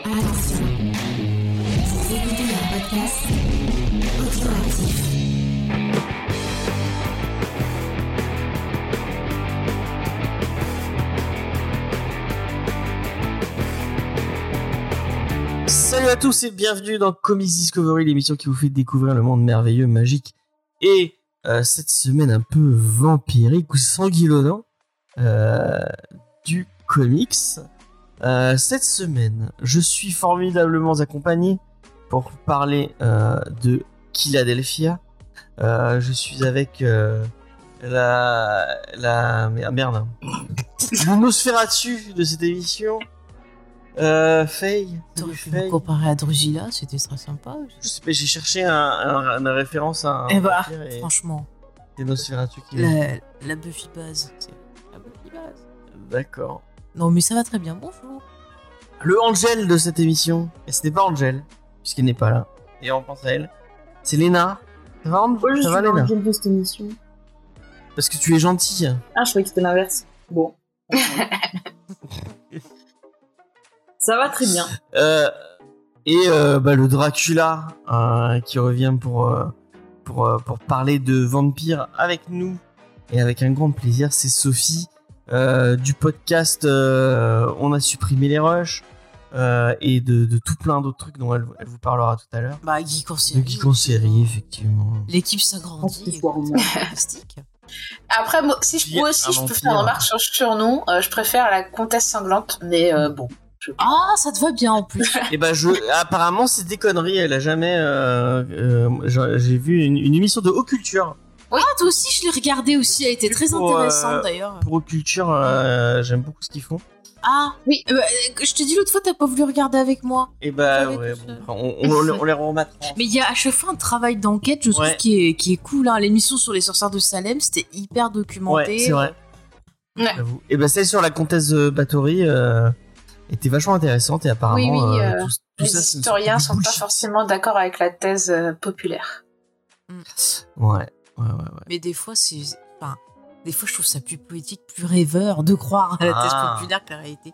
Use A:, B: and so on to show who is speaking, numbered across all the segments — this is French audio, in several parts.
A: Attention, vous écoutez un podcast audioactif.
B: Salut à tous et bienvenue dans Comics Discovery, l'émission qui vous fait découvrir le monde merveilleux, magique et cette semaine un peu vampirique ou sanguinolent du comics. Cette semaine, je suis formidablement accompagné pour parler de Philadelphia. Je suis avec le Nosferatu de cette émission. Faye.
C: T'aurais pu me comparer à Drusilla, c'était très sympa.
B: Je sais pas, j'ai cherché une référence à un
C: vampire et franchement,
B: c'est Nosferatu qui
C: la Buffy base. C'est la Buffy base.
B: D'accord.
C: Non mais ça va très bien, bonjour.
B: Le Angel de cette émission, et ce n'est pas Angel, puisqu'elle n'est pas là, et on pense à elle, c'est Léna. Ça va,
D: je
B: ça va
D: suis
B: Léna
D: Angel de cette émission.
B: Parce que tu es gentille.
D: Ah, je croyais que c'était l'inverse. Bon. Ça va très bien.
B: Le Dracula qui revient pour parler de vampires avec nous et avec un grand plaisir, c'est Sophie du podcast On a supprimé les rushs et de tout plein d'autres trucs dont elle vous parlera tout à l'heure.
C: Bah Geek en série.
B: De Geek en série, effectivement.
C: L'équipe s'agrandit. Fantastique.
D: Après, moi, si je peux faire une remarque sur le surnom, je préfère la comtesse sanglante, mais bon.
C: Ah, ça te va bien en plus.
B: Et apparemment c'est des conneries. Elle a jamais. J'ai vu une émission de Occulture.
C: Oui. Ah, toi aussi, je l'ai regardé aussi. Elle était très intéressante d'ailleurs.
B: Pour Occulture, j'aime beaucoup ce qu'ils font.
C: Ah oui, je te dis l'autre fois, t'as pas voulu regarder avec moi.
B: Et on les remettra.
C: Mais il y a à chaque fois un travail d'enquête, je trouve, qui est cool. Hein. L'émission sur les sorcières de Salem, c'était hyper documenté.
B: Ouais, c'est vrai.
D: Ouais.
B: Et celle sur la comtesse Bathory était vachement intéressante et apparemment
D: tout ça, les historiens sont pas forcément d'accord avec la thèse populaire.
B: Ouais.
C: Mais des fois des fois je trouve ça plus poétique, plus rêveur de croire à la thèse populaire que la réalité.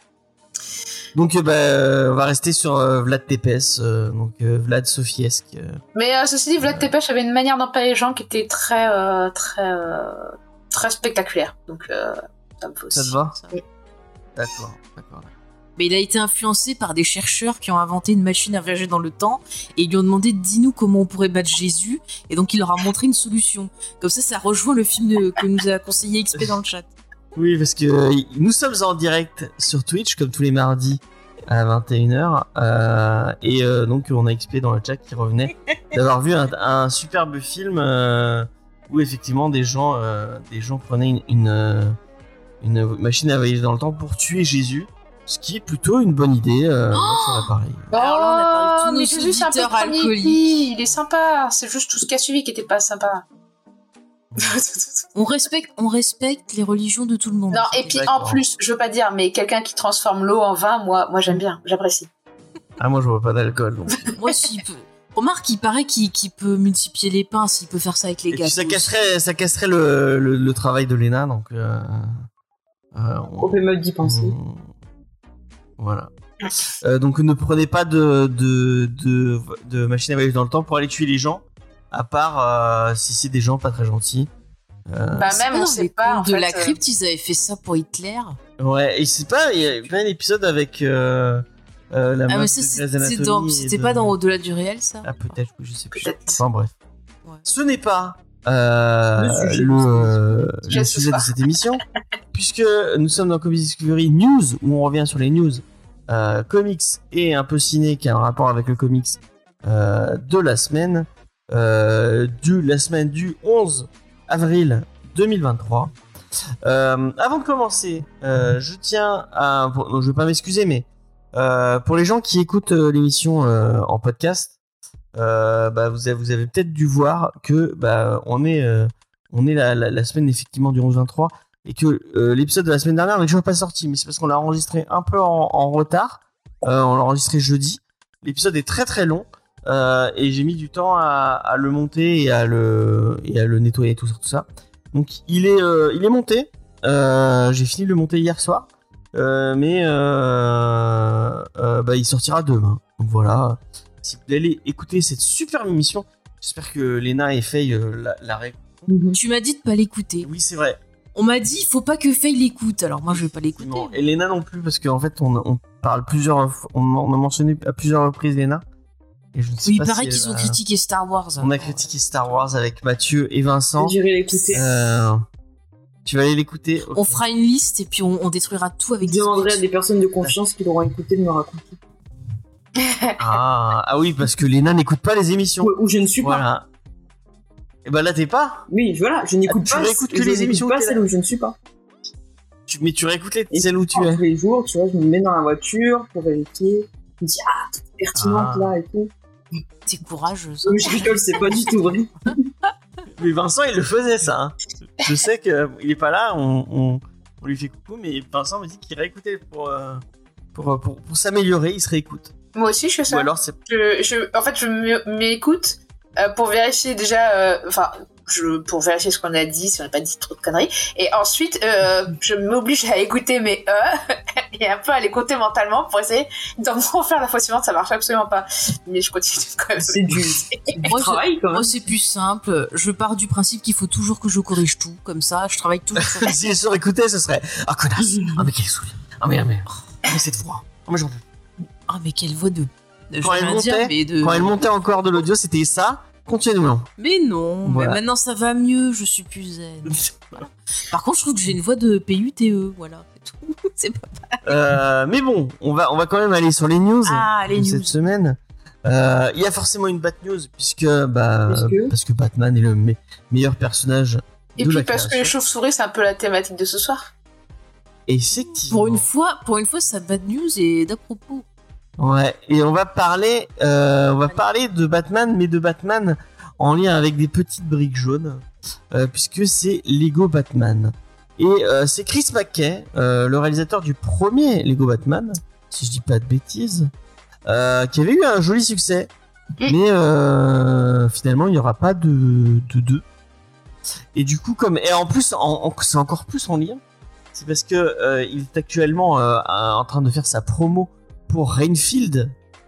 B: Donc on va rester sur Vlad Tepes, Vlad Sofiesque.
D: Mais ceci dit, Vlad Tepes avait une manière d'en parler les gens qui était très spectaculaire. Donc ça me fait aussi.
B: Ça te va ?
D: Oui.
B: D'accord.
C: Mais il a été influencé par des chercheurs qui ont inventé une machine à voyager dans le temps et ils lui ont demandé dis-nous comment on pourrait battre Jésus, et donc il leur a montré une solution. Comme ça rejoint le film que nous a conseillé XP dans le chat.
B: Oui, parce que nous sommes en direct sur Twitch comme tous les mardis à 21h et donc on a XP dans le chat qui revenait d'avoir vu un superbe film où effectivement des gens prenaient une machine à voyager dans le temps pour tuer Jésus. Ce qui est plutôt une bonne idée. Moi, je ferais pareil.
C: Alors là, on a parlé de tous nos auditeurs alcooliques.
D: Il est sympa. C'est juste tout ce qui a suivi qui était pas sympa.
C: on respecte les religions de tout le monde.
D: Non, et puis en plus, je veux pas dire, mais quelqu'un qui transforme l'eau en vin, moi j'aime bien, j'apprécie.
B: Ah, moi je vois pas d'alcool. Donc.
C: Moi, s'il peut. Remarque, il paraît qu'il peut multiplier les pains, s'il peut faire ça avec les gâteaux.
B: Ça casserait le travail de Léna, donc.
D: On peut me d'y penser.
B: Voilà. Donc ne prenez pas de machine à voyager dans le temps pour aller tuer les gens, à part si c'est des gens pas très gentils.
D: Même on sait pas. En
C: de la crypte, ils avaient fait ça pour Hitler.
B: Ouais, et c'est pas. Il y a pas un épisode avec la meuf de Grey's Anatomy.
C: C'était pas dans Au-delà du réel, ça.
B: Ah peut-être, je sais plus.
D: Peut-être.
B: Enfin bref.
C: Ouais.
B: Ce n'est pas le sujet de cette émission, puisque nous sommes dans Comics Discovery News, où on revient sur les news comics et un peu ciné qui a un rapport avec le comics de la semaine, du 11 avril 2023. Avant de commencer, je tiens à... je vais pas m'excuser, mais pour les gens qui écoutent l'émission en podcast, vous avez peut-être dû voir que on est la semaine effectivement du 11-23 et que l'épisode de la semaine dernière n'est toujours pas sorti, mais c'est parce qu'on l'a enregistré un peu en retard. On l'a enregistré jeudi. L'épisode est très très long et j'ai mis du temps à le monter et à le nettoyer, tout ça. Donc il est monté. J'ai fini de le monter hier soir mais il sortira demain. Donc voilà. Si vous allez écouter cette superbe émission, j'espère que Léna et Faye la réécoutent.
C: Tu m'as dit de pas l'écouter.
B: Oui, c'est vrai.
C: On m'a dit, faut pas que Faye l'écoute, alors moi je vais pas l'écouter.
B: Non, et Léna non plus, parce qu'en fait, on parle on a mentionné à plusieurs reprises Léna. Et je ne sais
C: Oui,
B: pas
C: il paraît
B: si
C: qu'ils ont critiqué Star Wars.
B: On a critiqué Star Wars avec Mathieu et Vincent.
E: J'irai l'écouter.
B: Tu vas aller l'écouter.
C: On fera une liste et puis on détruira tout avec
E: Je demanderai à des personnes de confiance qui l'auront écouté de me raconter.
B: Ah oui, parce que Léna n'écoute pas les émissions.
E: Ou je ne suis pas.
B: Voilà. Et bah là, t'es pas.
E: Oui, voilà, je n'écoute pas.
B: Tu réécoutes que les émissions.
E: Pas celles où je ne suis pas.
B: Mais tu réécoutes celles où tu es.
E: Tous les jours, tu vois, je me mets dans la voiture pour vérifier. Je me dis, tout est pertinent là et tout.
C: T'es courageuse.
E: Oui, je rigole, c'est pas du tout vrai.
B: Mais Vincent, il le faisait, ça. Hein. Je sais qu'il est pas là, on lui fait coucou, mais Vincent me dit qu'il réécoutait pour s'améliorer, il se réécoute.
D: Moi aussi, je fais ça.
B: Ou alors c'est...
D: En fait, je m'écoute pour vérifier déjà... pour vérifier ce qu'on a dit, si on n'a pas dit trop de conneries. Et ensuite, je m'oblige à écouter mes et un peu à les compter mentalement pour essayer d'en faire la fois suivante. Ça marche absolument pas. Mais je continue quand même.
E: C'est du travail, quand même.
C: Moi, c'est plus simple. Je pars du principe qu'il faut toujours que je corrige tout. Comme ça, je travaille toujours sur
B: Si je serais écouté, ce serait... Ah, connasse. Ah, mais quelle saoule. Ah, mais cette voix. Ah, mais j'en peux.
C: Ah, mais quelle voix de...
B: Quand elle montait encore de l'audio, c'était ça. Continuons.
C: Mais non, voilà. Mais maintenant ça va mieux, je suis plus zen. Voilà. Par contre, je trouve que j'ai une voix de PUTE, voilà. C'est pas
B: mal. Mais bon, on va quand même aller sur les news
C: cette
B: semaine. Il y a forcément une bad news parce que Batman est le meilleur personnage.
D: Et puis parce que les chauves-souris, c'est un peu la thématique de ce soir.
B: Effectivement.
C: Pour une fois, sa bad news est d'à propos.
B: Ouais, et on va parler de Batman, mais de Batman en lien avec des petites briques jaunes, puisque c'est Lego Batman. Et c'est Chris McKay, le réalisateur du premier Lego Batman, si je dis pas de bêtises, qui avait eu un joli succès, mais finalement il n'y aura pas de 2. Et du coup, et en plus, c'est encore plus en lien, c'est parce que il est actuellement en train de faire sa promo pour Renfield,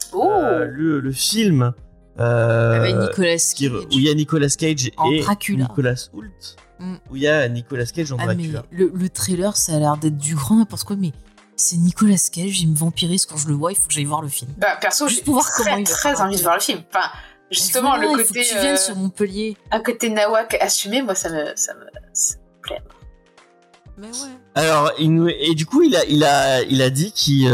B: le film
C: avec Nicolas Cage,
B: où il y a Nicolas Cage et
C: Dracula.
B: Nicolas Hoult, où il y a Nicolas Cage en Dracula.
C: Mais le trailer, ça a l'air d'être du grand n'importe quoi, mais c'est Nicolas Cage, il me vampirise quand je le vois, il faut que j'aille voir le film.
D: Bah perso, j'ai très envie de voir le film. Enfin, justement, le côté...
C: Il faut que tu viennes sur Montpellier.
D: Un côté nawak assumé, moi ça me plaît.
C: Mais ouais.
B: Alors, et du coup, il a dit qu'il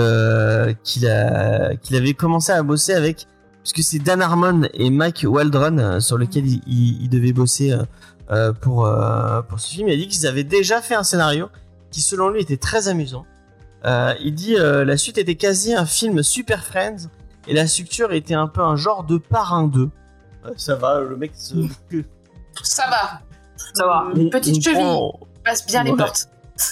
B: avait commencé à bosser avec, parce que c'est Dan Harmon et Mike Waldron sur lequel il devait bosser pour ce film. Il a dit qu'ils avaient déjà fait un scénario qui, selon lui, était très amusant. Il dit la suite était quasi un film Super Friends et la structure était un peu un genre de Parrain 2. Ça va, le mec
D: ça va. Petite cheville. Passe bien les portes.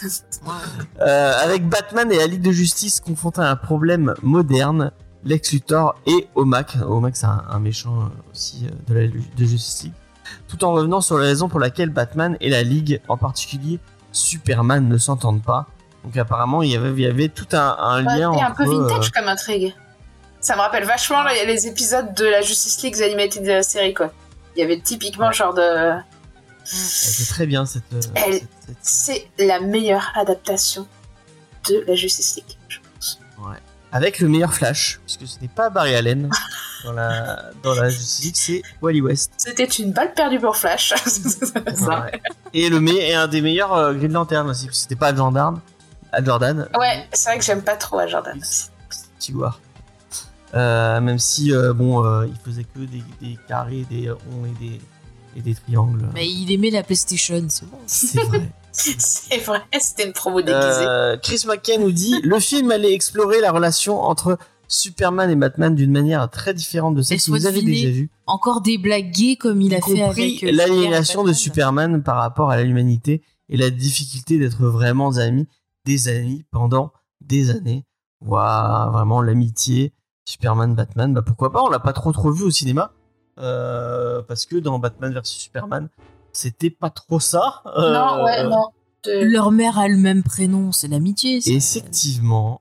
B: Avec Batman et la Ligue de Justice confrontés à un problème moderne, Lex Luthor et Omak. Omak, c'est un méchant aussi de la Ligue de Justice, tout en revenant sur les raisons pour lesquelles Batman et la Ligue, en particulier Superman, ne s'entendent pas. Donc apparemment, il y avait tout un lien entre...
D: C'est un peu vintage comme intrigue. Ça me rappelle vachement les épisodes de la Justice League animated de la série, quoi. Il y avait typiquement genre de...
B: C'est très bien cette...
D: C'est la meilleure adaptation de la Justice League, je pense.
B: Ouais. Avec le meilleur Flash, puisque ce n'est pas Barry Allen dans la Justice League, c'est Wally West.
D: C'était une balle perdue pour Flash.
B: Ouais. Et un des meilleurs Green Lantern aussi, parce que c'était pas Al Jordan.
D: Ouais, c'est vrai que j'aime pas trop Al Jordan.
B: Tiguar. Même si il faisait que des carrés, des ronds et des triangles.
C: Mais il aimait la PlayStation, c'est bon.
B: C'est vrai.
D: C'est vrai, c'était une promo déguisée.
B: Chris McKay nous dit le film allait explorer la relation entre Superman et Batman d'une manière très différente de celle que vous avez déjà vue.
C: Encore des blagues gays comme il a fait avec
B: l'aliénation de Superman par rapport à l'humanité et la difficulté d'être vraiment des amis pendant des années. Waouh, vraiment l'amitié Superman-Batman, bah pourquoi pas, on l'a pas trop vu au cinéma. Parce que dans Batman vs Superman, c'était pas trop ça.
D: Non.
C: Leur mère a le même prénom, c'est l'amitié. ça.
B: Effectivement.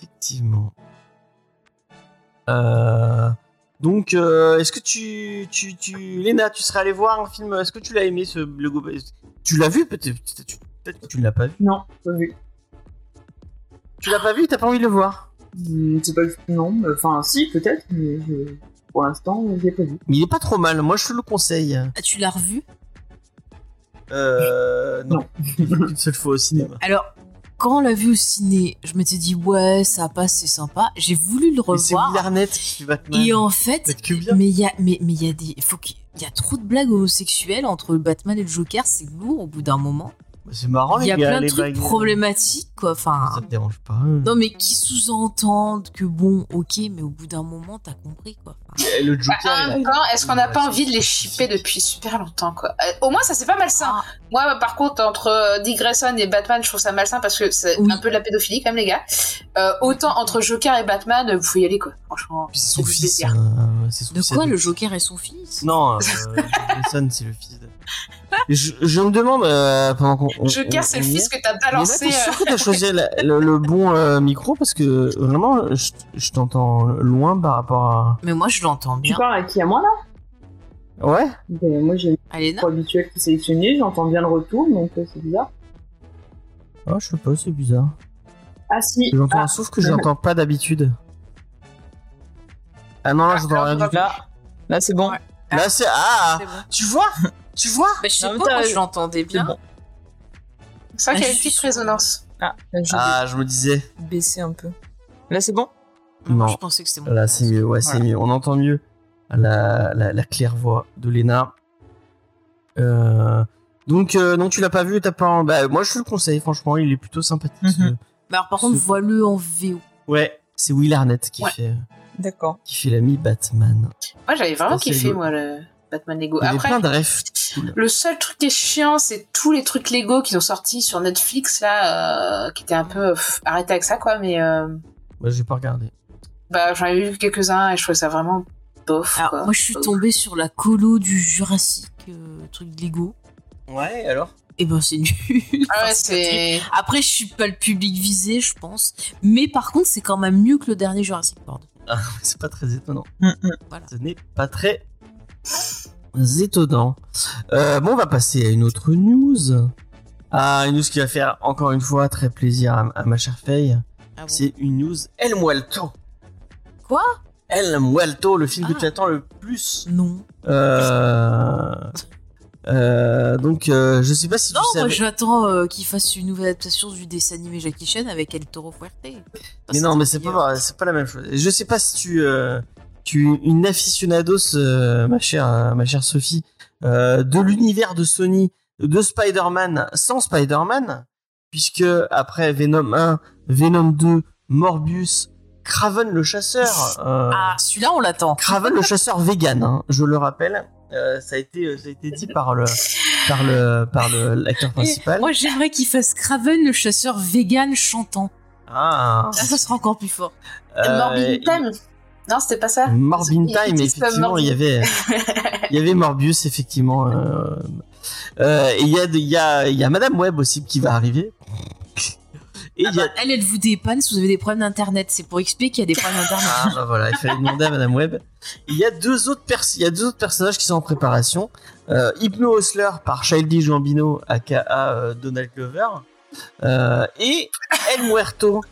B: Donc, est-ce que tu... Léna, tu serais allée voir un film... Est-ce que tu l'as aimé, ce Lego... Tu l'as vu peut-être que tu ne l'as pas vu.
E: Non, pas vu.
B: Tu l'as pas vu, t'as pas envie de le voir.
E: C'est pas... Non, enfin, si, peut-être, mais pour l'instant, je l'ai pas vu.
B: Mais il est pas trop mal, moi je te le conseille.
C: Ah, tu l'as revu?
B: Non. Une seule fois au cinéma.
C: Alors, quand on l'a vu au ciné, je m'étais dit, ouais, ça passe, c'est sympa. J'ai voulu le
B: Mais c'est
C: revoir.
B: Will Arnett qui fait Batman.
C: Et en fait,
B: Peut-être que bien.
C: mais il y a des... Il y a trop de blagues homosexuelles entre le Batman et le Joker, c'est lourd au bout d'un moment.
B: C'est marrant,
C: Il
B: les
C: y a
B: gars,
C: plein de
B: les
C: trucs
B: blagues.
C: problématiques, quoi. Enfin,
B: Ça te dérange pas.
C: non, mais qui sous-entendent que bon, ok, mais au bout d'un moment, t'as compris, quoi. Enfin,
B: Et le Joker,
D: En même temps, est-ce qu'on n'a pas envie de les shipper depuis super longtemps, quoi? Au moins, ça c'est pas malsain.
C: ah,
D: Moi, par contre, entre Dick Grayson et Batman, je trouve ça malsain parce que c'est
C: Oui.
D: un peu de la pédophilie, quand même, les gars. Autant entre Joker et Batman, vous pouvez y aller, quoi. Franchement,
B: Puis c'est son
D: du
B: fils.
D: plaisir.
B: C'est son
C: de
B: fils
C: quoi, le
B: adoptif.
C: Joker et son fils?
B: Non, Jason, c'est le fils de... Je me demande, pendant qu'on...
D: Joker, c'est le
B: on y
D: fils
B: est,
D: que t'as
B: Léna,
D: balancé.
B: t'es sûr que t'as choisi le bon micro? Parce que vraiment, je t'entends loin par rapport à...
C: Mais moi, je l'entends
E: Tu
C: bien.
E: parles à qui? À moi, là?
B: Ouais.
E: Ben, moi, j'ai le
C: Alena?
E: micro habituel qui est sélectionné, j'entends bien le retour, donc c'est bizarre.
B: Ah, je sais pas, c'est bizarre.
E: Ah, si.
B: J'entends
E: Ah,
B: un souffle que je n'entends pas d'habitude. Ah non, là, j'entends rien du tout.
E: Là, c'est bon.
C: Ouais.
B: Là, c'est... Ah,
C: C'est bon.
B: tu vois?
C: Bah, je sais
E: Non, mais
C: pas,
E: t'as-
C: moi, je l'entendais bien.
E: bon.
D: C'est vrai qu'il y a
C: je
D: une
C: suis
D: petite
C: sûre.
D: résonance.
E: Ah, je
B: Ah, je me disais.
E: vais baisser un peu. Là, c'est bon?
B: Non.
C: Je pensais que c'était mon
B: Là, c'est mieux, ouais, c'est mieux. On entend mieux la claire voix de Léna. Donc, non, tu l'as pas vu, t'as pas... Bah, moi, je te le conseille, franchement, il est plutôt sympathique.
E: Mhm.
C: Bah, alors, par contre,
B: C'est-
C: vois-le en VO.
B: Ouais, c'est Will Arnett qui
D: Ouais.
B: fait
E: D'accord.
B: l'ami Batman.
D: Moi, j'avais vraiment
B: Ça, c'est
D: kiffé,
B: le-
D: moi, le Batman Lego.
B: Il y avait
D: Après,
B: plein de refs.
D: le seul truc qui est chiant, c'est tous les trucs Lego qui sont sortis sur Netflix, là, qui étaient un peu arrêtés avec ça, quoi, mais
B: Bah, j'ai pas regardé.
D: bah, j'en ai vu quelques-uns et je trouvais ça vraiment bof,
C: Alors,
D: quoi.
C: moi, je suis tombée sur la colo du Jurassic, truc de Lego.
B: Ouais, alors?
C: Et ben, c'est nul.
D: Ah ouais,
C: Enfin, pas terrible.
D: c'est...
C: Après, je suis pas le public visé, je pense. Mais par contre, c'est quand même mieux que le dernier Jurassic World.
B: C'est pas très étonnant.
C: Voilà.
B: Ce n'est pas très étonnant. Bon, on va passer à une autre news. Ah, une news qui va faire encore une fois très plaisir à ma chère Faye.
C: Ah bon
B: C'est une news El Muerto.
C: Quoi?
B: El Muerto, le film que
C: Ah.
B: tu attends le plus.
C: Non.
B: Donc, je sais pas si
C: Non,
B: tu
C: moi
B: savais.
C: j'attends qu'il fasse une nouvelle adaptation du dessin animé Jackie Chan avec El Toro Fuerte.
B: Mais non, mais c'est pas la même chose. Je sais pas si tu es une aficionados, ma chère Sophie, de l'univers de Sony, de Spider-Man sans Spider-Man, puisque après Venom 1, Venom 2, Morbius, Kraven le chasseur,
C: Ah, celui-là on l'attend.
B: Kraven le chasseur vegan, hein, je le rappelle, ça a été dit par l'acteur principal.
C: Moi j'aimerais qu'il fasse Kraven le chasseur vegan chantant.
B: Ah,
C: Ah, ça sera encore plus fort.
D: Morbid Time. Non, c'était pas ça.
B: Morbin
D: Il
B: Time,
D: existe
B: effectivement,
D: Morbid.
B: il y avait Morbius, effectivement. Et il y a Madame Web aussi qui va arriver. Et il y a...
C: Elle vous dépanne si vous avez des problèmes d'internet. C'est pour expliquer qu'il y a des problèmes d'internet.
B: Ah bah voilà, il fallait demander à Madame Web. Il y a deux autres personnages qui sont en préparation. Hypno Hustler par Childish Gambino, aka Donald Glover. Et El Muerto.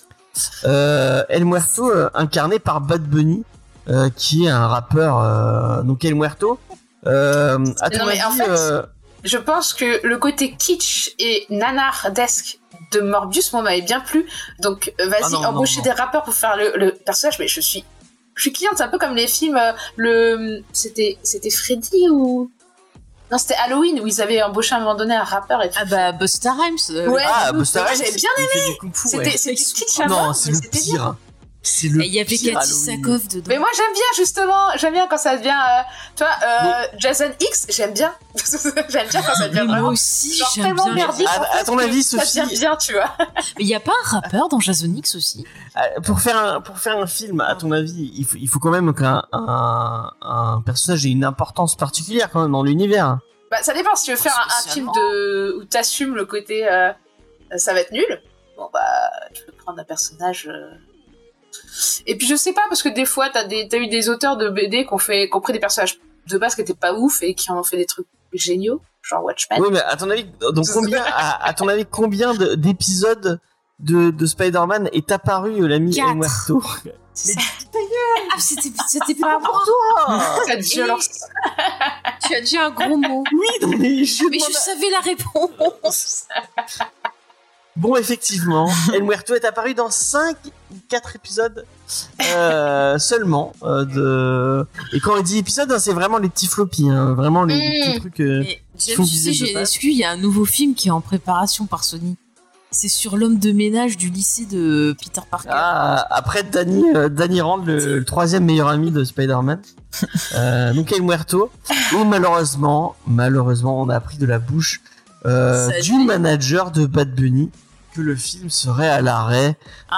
B: El Muerto incarné par Bad Bunny, qui est un rappeur. Donc El Muerto. À ton
D: Non, mais en
B: avis,
D: fait, je pense que le côté kitsch et nanardesque de Morbius, moi, m'avait bien plu. Donc, vas-y,
B: Ah non,
D: embauchez
B: non.
D: des rappeurs pour faire le personnage. Mais je suis cliente, c'est un peu comme les films. C'était Freddy ou... Non, c'était Halloween où ils avaient embauché à un moment donné un rappeur et tout.
C: Ah bah Busta Rhymes.
D: Ouais,
B: ah, Busta
D: moi,
B: Rhymes,
D: j'avais bien
B: il fait du kung-fu, ouais.
D: C'était kitsch à
B: Non,
D: mort,
B: c'est
D: mais
B: le
D: c'était bien.
B: pire. C'est le
C: Et il y avait
B: pire
C: Cathy
B: Halloween.
C: Sakoff dedans.
D: Mais moi j'aime bien justement, j'aime bien quand ça devient, Jason X, j'aime bien. J'aime bien quand ça devient
C: Mais moi
D: vraiment
C: aussi,
D: genre
C: j'aime
D: tellement
C: bien.
D: merdique.
B: À-
D: en
B: à
D: fait,
B: ton
D: que
B: avis,
D: ça
B: Sophie-
D: devient bien, tu vois.
C: Mais il y a pas un rappeur dans Jason X aussi?
B: Pour faire un film, à ton avis, il faut quand même qu'un personnage ait une importance particulière quand même dans l'univers.
D: Bah, ça dépend. Si tu veux faire un film où t'assumes le côté ça va être nul, bon bah tu peux prendre un personnage. Et puis je sais pas, parce que des fois t'as eu des auteurs de BD qui ont pris des personnages de base qui étaient pas ouf et qui ont fait des trucs géniaux, genre Watchmen.
B: Oui, mais à ton avis, donc à ton avis, combien d'épisodes de Spider-Man est apparu l'ami
C: 4.
B: El Muerto?
C: C'est ça. Ah, c'était pas pour
B: toi.
D: Cette violence.
C: Tu as dit un gros mot.
B: Oui, mais
C: je savais la réponse.
B: Bon, effectivement, El Muerto est apparu dans 5 ou 4 épisodes seulement. Et quand on dit épisode, hein, c'est vraiment les petits floppies, hein, vraiment les petits trucs.
C: James, tu sais, j'ai une excuse, il y a un nouveau film qui est en préparation par Sony. C'est sur l'homme de ménage du lycée de Peter Parker.
B: Ah, après Danny Rand, le troisième meilleur ami de Spider-Man. Donc El Muerto. Où malheureusement, on a appris de la bouche du manager de Bad Bunny que le film serait à l'arrêt.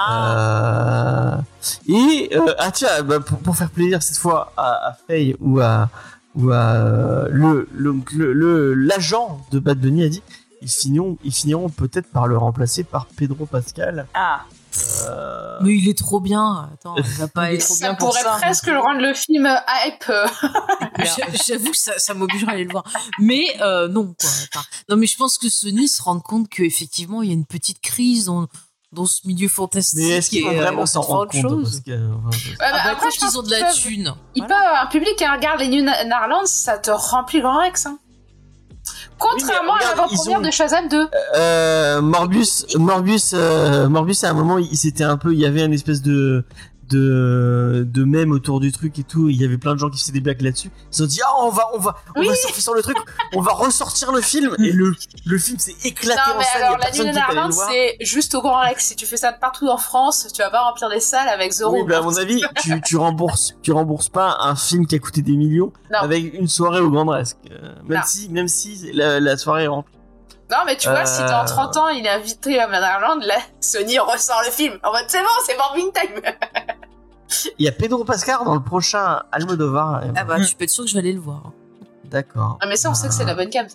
B: Tiens, bah, pour faire plaisir cette fois à Faye ou à l'agent de Bad Bunny a dit ils finiront peut-être par le remplacer par Pedro Pascal.
C: Mais il est trop bien. Attends, il va pas être trop bien pour
D: ça. Ça pourrait presque le rendre le film hype.
C: J'avoue que ça m'obligerait à aller le voir. Mais non, quoi. Enfin, non, mais je pense que Sony se rend compte qu'effectivement, il y a une petite crise dans ce milieu fantastique.
B: Mais est-ce qu'ils vont vraiment s'en rendre compte
C: après, je pense qu'ils ont de la thune.
D: Un public qui regarde les New Narlands, ça te remplit le grand Rex. Hein. Contrairement à l'avant-première de Shazam 2.
B: Morbius, à un moment, il y avait une espèce de mème autour du truc et tout. Il y avait plein de gens qui faisaient des blagues là-dessus. Ils se sont dit, on va surfer sur le truc, on va ressortir le film. Et le film s'est éclaté en salle.
D: Alors, la New Narland, c'est juste au grand Rex. Si tu fais ça partout en France, tu vas pas remplir des salles avec Zorro.
B: Oui, à mon avis, tu rembourses pas un film qui a coûté des millions avec une soirée au Grand Rex. Même si la soirée est remplie.
D: Non, mais tu vois, si dans 30 ans, il est invité à Manarland, là, Sony ressort le film. En mode, c'est bon, c'est Morbing Time.
B: Il y a Pedro Pascal dans le prochain Almodovar.
C: Ah bah, tu peux être sûr que je vais aller le voir.
B: D'accord.
D: Ah, mais ça, on sait que c'est la bonne cam, ça.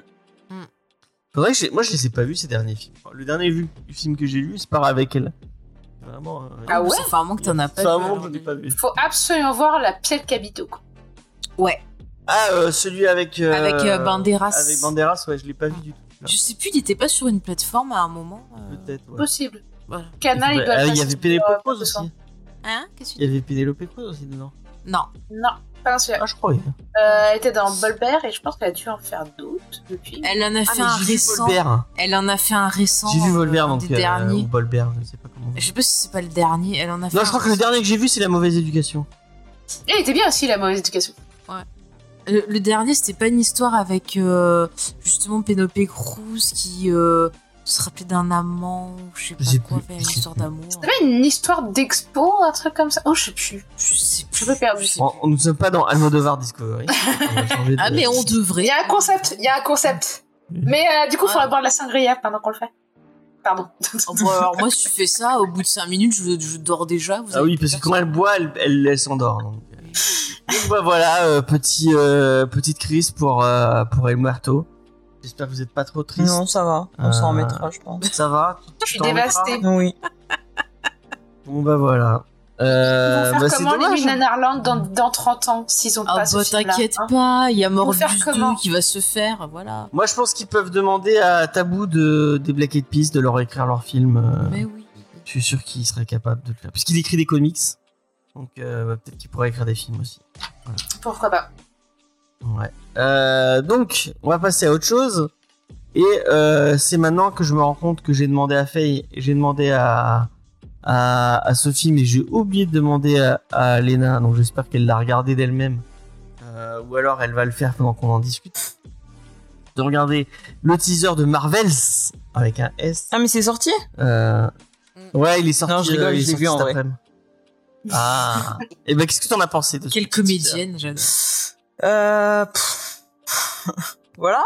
B: Faudrait que moi, je les ai pas vus, ces derniers films. Le dernier film que j'ai lu, c'est pas avec elle. Vraiment.
D: Ah ouais?
C: Ça fait un moment que t'en as pas vu.
B: Ça fait un moment que je l'ai pas vu.
D: Faut absolument voir La Piel Cabito, quoi.
C: Ouais.
B: Celui avec
C: Banderas.
B: Avec Banderas, ouais, je l'ai pas vu du tout.
C: Je sais plus, il était pas sur une plateforme à un moment.
B: Peut-être, ouais.
D: Possible.
C: Voilà.
D: Canal, il doit
B: il y avait Pénélope Cruz aussi.
C: Hein? Qu'est-ce que
B: Il y avait Pénélope Cruz aussi dedans.
C: Non.
D: Non, pas dans celui-là.
B: Ah, je croyais.
D: Elle était dans Bolbert et je pense qu'elle a dû en faire d'autres depuis.
C: Elle en a fait un récent. Elle en a fait un récent.
B: J'ai vu Volbert, donc.
C: Des derniers.
B: Ou Bolbert, je ne sais pas comment.
C: Je sais pas si c'est pas le dernier. Elle en a fait.
B: Non, je crois que le dernier que j'ai vu, c'est La Mauvaise Éducation.
D: Et il était bien aussi, La Mauvaise Éducation.
C: Ouais. Le dernier, c'était pas une histoire avec justement Penelope Cruz qui se rappelait d'un amant, je sais pas quoi, faire une histoire d'amour.
D: C'était pas une histoire d'expo, un truc comme ça? Oh, je sais plus.
C: Je sais plus.
D: Je peux perdre.
B: On ne sommes pas dans Almodovar Discovery.
C: Ah, mais on devrait.
D: Il y a un concept. Mais du coup, il faudra boire de la sangria pendant qu'on le fait. Pardon.
C: Bon, alors moi, si tu fais ça, au bout de 5 minutes, je dors déjà.
B: Oui, parce que quand elle boit, elle s'endort. Donc bah voilà, petite crise pour El Muerto. J'espère que vous n'êtes pas trop triste.
F: Non, ça va. On s'en remettra, je pense.
B: Ça va?
D: Je suis dévastée.
F: Oui.
B: Bon bah voilà.
D: Ils vont faire
B: c'est
D: comment
B: dommage.
D: les Nanarland dans 30 ans s'ils ont pas ce film-là,
C: t'inquiète
D: hein.
C: pas, il y a Morbius
D: faire
C: 2
D: comment
C: qui va se faire, voilà.
B: Moi je pense qu'ils peuvent demander à Taboo des Black Eyed Peas de leur écrire leur film.
C: Mais oui.
B: Je suis sûr qu'il serait capable de le faire. Puisqu'il écrit des comics. Donc peut-être qu'il pourrait écrire des films aussi. Voilà.
D: Pourquoi pas.
B: Ouais. Donc on va passer à autre chose. Et c'est maintenant que je me rends compte que j'ai demandé à Faye et j'ai demandé à Sophie, mais j'ai oublié de demander à Léna, donc j'espère qu'elle l'a regardé d'elle-même, ou alors elle va le faire pendant qu'on en discute, de regarder le teaser de Marvels avec un S.
F: Ah, mais c'est sorti?
B: Ouais, il est sorti.
F: Non, je rigole,
B: il est
F: je l'ai
B: sorti
F: vu en
B: cet
F: vrai.
B: après-midi. Ah. Et ben qu'est-ce que t'en as pensé de
C: Quelle comédienne, j'adore.
F: Voilà.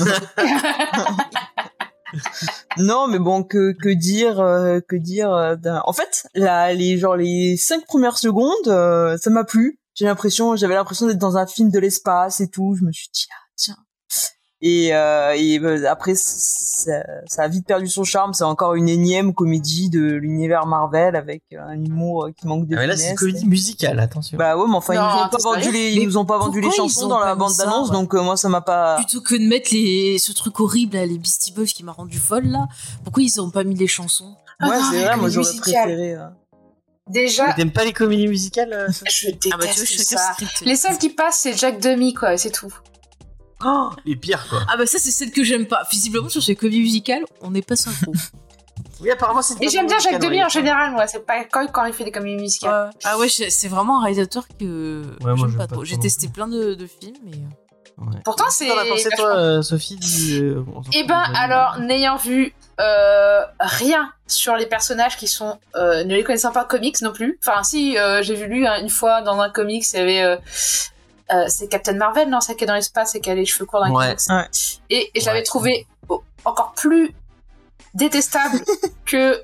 F: Non, mais bon, que dire en fait, les 5 premières secondes, ça m'a plu. J'avais l'impression d'être dans un film de l'espace et tout. Je me suis dit, tiens, Après, ça a vite perdu son charme. C'est encore une énième comédie de l'univers Marvel avec un humour qui manque de
B: Ah, mais là,
F: finesse.
B: c'est une comédie musicale, attention.
F: Bah ouais, mais enfin,
D: Non,
F: ils
C: Mais
F: nous ont pas vendu les
C: pourquoi ils
F: chansons
C: ont
F: dans
C: pas
F: la
C: mis
F: bande
C: ça,
F: d'annonce,
C: ouais.
F: donc moi ça m'a pas.
C: Plutôt que de mettre ce truc horrible, là, les Beastie Boys qui m'a rendu folle, là, pourquoi ils ont pas mis les chansons?
F: Ouais,
D: Ah non,
F: c'est
D: mais
F: vrai, moi
D: les
F: j'aurais
D: musicales.
F: préféré.
D: Déjà,
B: Mais t'aimes pas les comédies musicales
D: je déteste
C: Ah bah tu vois, chacun
D: ça.
C: strict.
D: Les seuls qui passent, c'est Jack Demi, quoi, c'est tout.
B: Oh, les pires, quoi.
C: Ah bah ça c'est celle que j'aime pas. Visiblement sur ces comédies musicales, on n'est pas synchro.
B: Oui, apparemment, c'est
D: Et j'aime bien Jack Demi en général, moi, c'est pas quand il fait des comédies musicales.
C: Ah ouais, c'est vraiment un réalisateur que
B: Ouais, moi,
C: j'aime
B: j'aime
C: pas
B: pas
C: trop.
B: trop
C: J'ai
B: non
C: testé
B: plus.
C: plein de films, mais
B: Ouais.
D: Pourtant,
B: Qu'est-ce que t'en as pensé,
D: vachement-
B: toi, Sophie
D: Eh ben, alors, n'ayant vu rien sur les personnages qui sont... ne les connaissant pas comics non plus. Enfin, si, j'ai lu une fois dans un comics, il y avait... c'est Captain Marvel, non, celle qui est dans l'espace et qui a les cheveux courts dans les
B: Ouais.
D: comics.
F: Ouais.
D: Et je l'avais
B: Ouais.
D: trouvé encore plus détestable que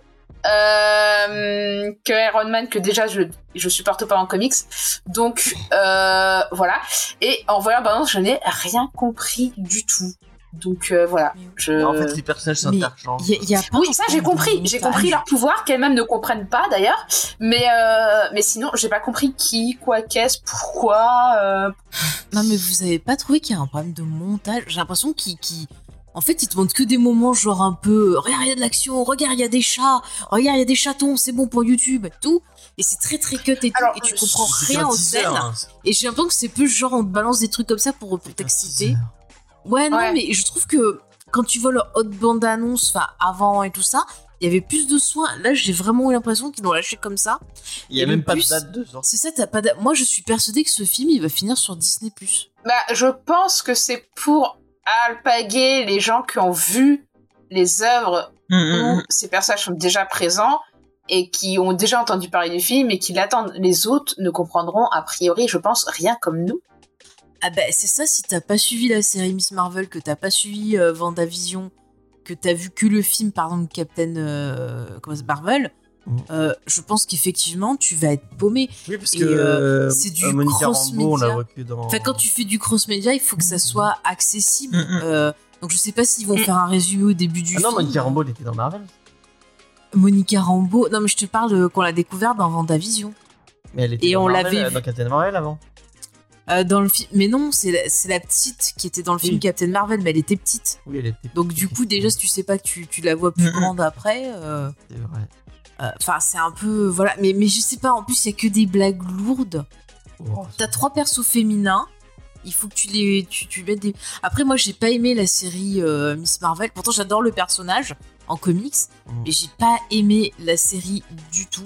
D: Iron Man, que déjà je supporte pas en comics. Donc voilà. Et en voyant la bande-annonce, je n'ai rien compris du tout. Donc voilà.
B: En fait, les personnages
C: Mais
B: s'interchangent.
C: y a pas
D: Oui, ça j'ai compris. J'ai compris leur pouvoir qu'elles-mêmes ne comprennent pas d'ailleurs. Mais sinon, j'ai pas compris qui, quoi, qu'est-ce, pourquoi.
C: Non mais vous avez pas trouvé qu'il y a un problème de montage? J'ai l'impression en fait, ils te montrent que des moments genre un peu regarde, il y a de l'action, regarde, il y a des chats, regarde, il y a des chatons, c'est bon pour YouTube et tout. Et c'est très très cut et tout,
D: Alors,
C: et tu comprends
B: C'est
C: rien
B: un
C: aux
B: teaser,
C: scènes.
B: hein.
C: Et j'ai l'impression que c'est plus genre on te balance des trucs comme ça pour t'exciter. Ouais, non,
D: Ouais.
C: mais je trouve que quand tu vois leur haute bande-annonce, enfin avant et tout ça, il y avait plus de soins. Là, j'ai vraiment eu l'impression qu'ils l'ont lâché comme ça.
B: Il y a
C: Et
B: même
C: le
B: pas de
C: plus-
B: date de sortie.
C: C'est ça, t'as pas. Moi, je suis persuadée que ce film, il va finir sur Disney+.
D: Bah, je pense que c'est pour alpaguer les gens qui ont vu les œuvres où ces personnages sont déjà présents et qui ont déjà entendu parler du film et qui l'attendent. Les autres ne comprendront a priori, je pense, rien comme nous.
C: Ah bah c'est ça, si t'as pas suivi la série Miss Marvel, que t'as pas suivi WandaVision, que t'as vu que le film, par exemple, Captain Marvel, je pense qu'effectivement, tu vas être paumé.
B: Oui, parce
C: Et,
B: que
C: c'est du
B: Monica Rambeau, on la
C: cross-média.
B: voit que dans...
C: Enfin, quand tu fais du cross-média, il faut que ça soit accessible.
F: Mhm.
C: Donc je sais pas s'ils vont faire un résumé au début du
B: Ah non,
C: film.
B: Monica Rambeau, elle était dans Marvel.
C: Monica Rambeau. Non, mais je te parle qu'on l'a découverte dans WandaVision.
B: Mais elle était
C: Et
B: dans
C: on
B: Marvel,
C: l'avait vu.
B: dans Captain Marvel avant.
C: Dans le film. Mais non, c'est la petite qui était dans le film
B: Oui.
C: Captain Marvel, mais elle était petite.
B: Oui, elle était.
C: Donc du coup, déjà, si tu sais pas que tu la vois plus
F: Mhm.
C: grande après,
B: C'est vrai.
C: enfin, c'est un peu... Voilà, mais je sais pas, en plus, il y a que des blagues lourdes.
B: Oh,
C: T'as 3 persos féminins, il faut que tu mettes des... Après, moi, j'ai pas aimé la série Miss Marvel, pourtant j'adore le personnage en comics, mais j'ai pas aimé la série du tout.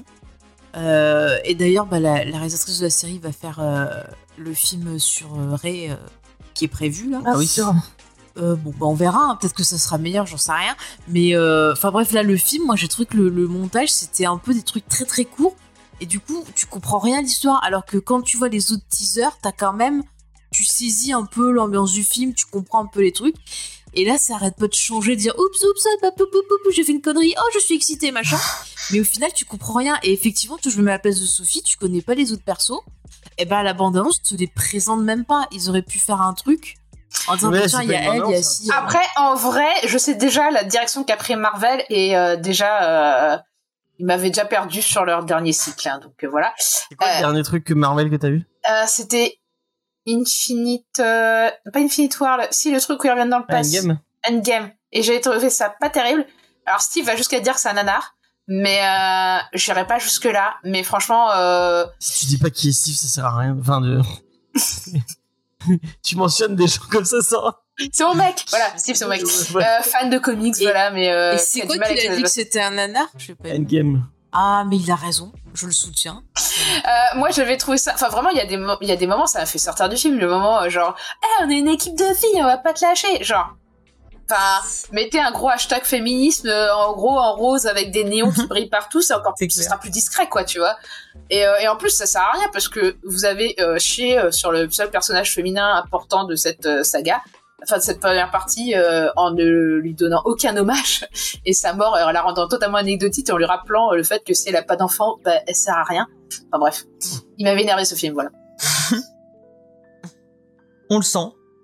C: Et d'ailleurs, bah, la réalisatrice de la série va faire le film sur Rey qui est prévu, là.
B: Ah oui, c'est vrai.
C: Bon, bah on verra, hein, peut-être que ça sera meilleur, j'en sais rien. Mais enfin bref, là, le film, moi j'ai trouvé que le montage, c'était un peu des trucs très très courts. Et du coup, tu comprends rien à l'histoire. Alors que quand tu vois les autres teasers, t'as quand même... Tu saisis un peu l'ambiance du film, tu comprends un peu les trucs. Et là, ça arrête pas de changer, de dire oups, j'ai fait une connerie, oh, je suis excitée, machin. Mais au final, tu comprends rien. Et effectivement, je me mets à la place de Sophie, tu connais pas les autres persos. Et ben, la bande-annonce te les présente même pas. Ils auraient pu faire un truc en disant,
B: Ouais,
C: tiens,
B: c'est
C: il y
B: pas
C: a
B: une
C: elle, il y a
B: bande-annonce,
C: ci.
D: Après, en vrai, je sais déjà la direction qu'a pris Marvel et déjà, ils m'avaient déjà perdu sur leur dernier cycle. Hein, donc voilà.
B: C'est quoi le dernier truc que Marvel que t'as vu?
D: C'était pas Infinite War, si le truc où ils reviennent dans le passé. Endgame. Et j'ai trouvé ça pas terrible. Alors Steve va jusqu'à dire que c'est un nanar, mais j'irai pas jusque là. Mais franchement,
B: Si tu dis pas qui est Steve, ça sert à rien. Enfin, tu mentionnes des gens comme ça sans...
D: c'est mon mec. Voilà, Steve c'est mon mec. Fan de comics, voilà, mais
C: Et c'est
D: qui a
C: quoi
D: du mal
C: qu'il
D: avec
C: a
D: les
C: dit que
D: autres.
C: c'était un nanar? Je sais pas.
B: Endgame.
C: Ah, mais il a raison, je le soutiens.
D: Moi j'avais trouvé ça, enfin vraiment il y a des moments ça m'a fait sortir du film, le moment genre on est une équipe de filles, on va pas te lâcher, genre enfin mettez un gros hashtag féminisme en gros en rose avec des néons qui brillent partout, c'est encore
F: C'est
D: ce
F: clair.
D: sera plus discret quoi, tu vois. Et en plus ça sert à rien parce que vous avez chié sur le seul personnage féminin important de cette saga, enfin de cette première partie, en ne lui donnant aucun hommage, et sa mort en la rendant totalement anecdotique, en lui rappelant le fait que si elle a pas d'enfant, bah, elle sert à rien. Enfin bref, il m'avait énervé ce film, voilà.
F: On le sent.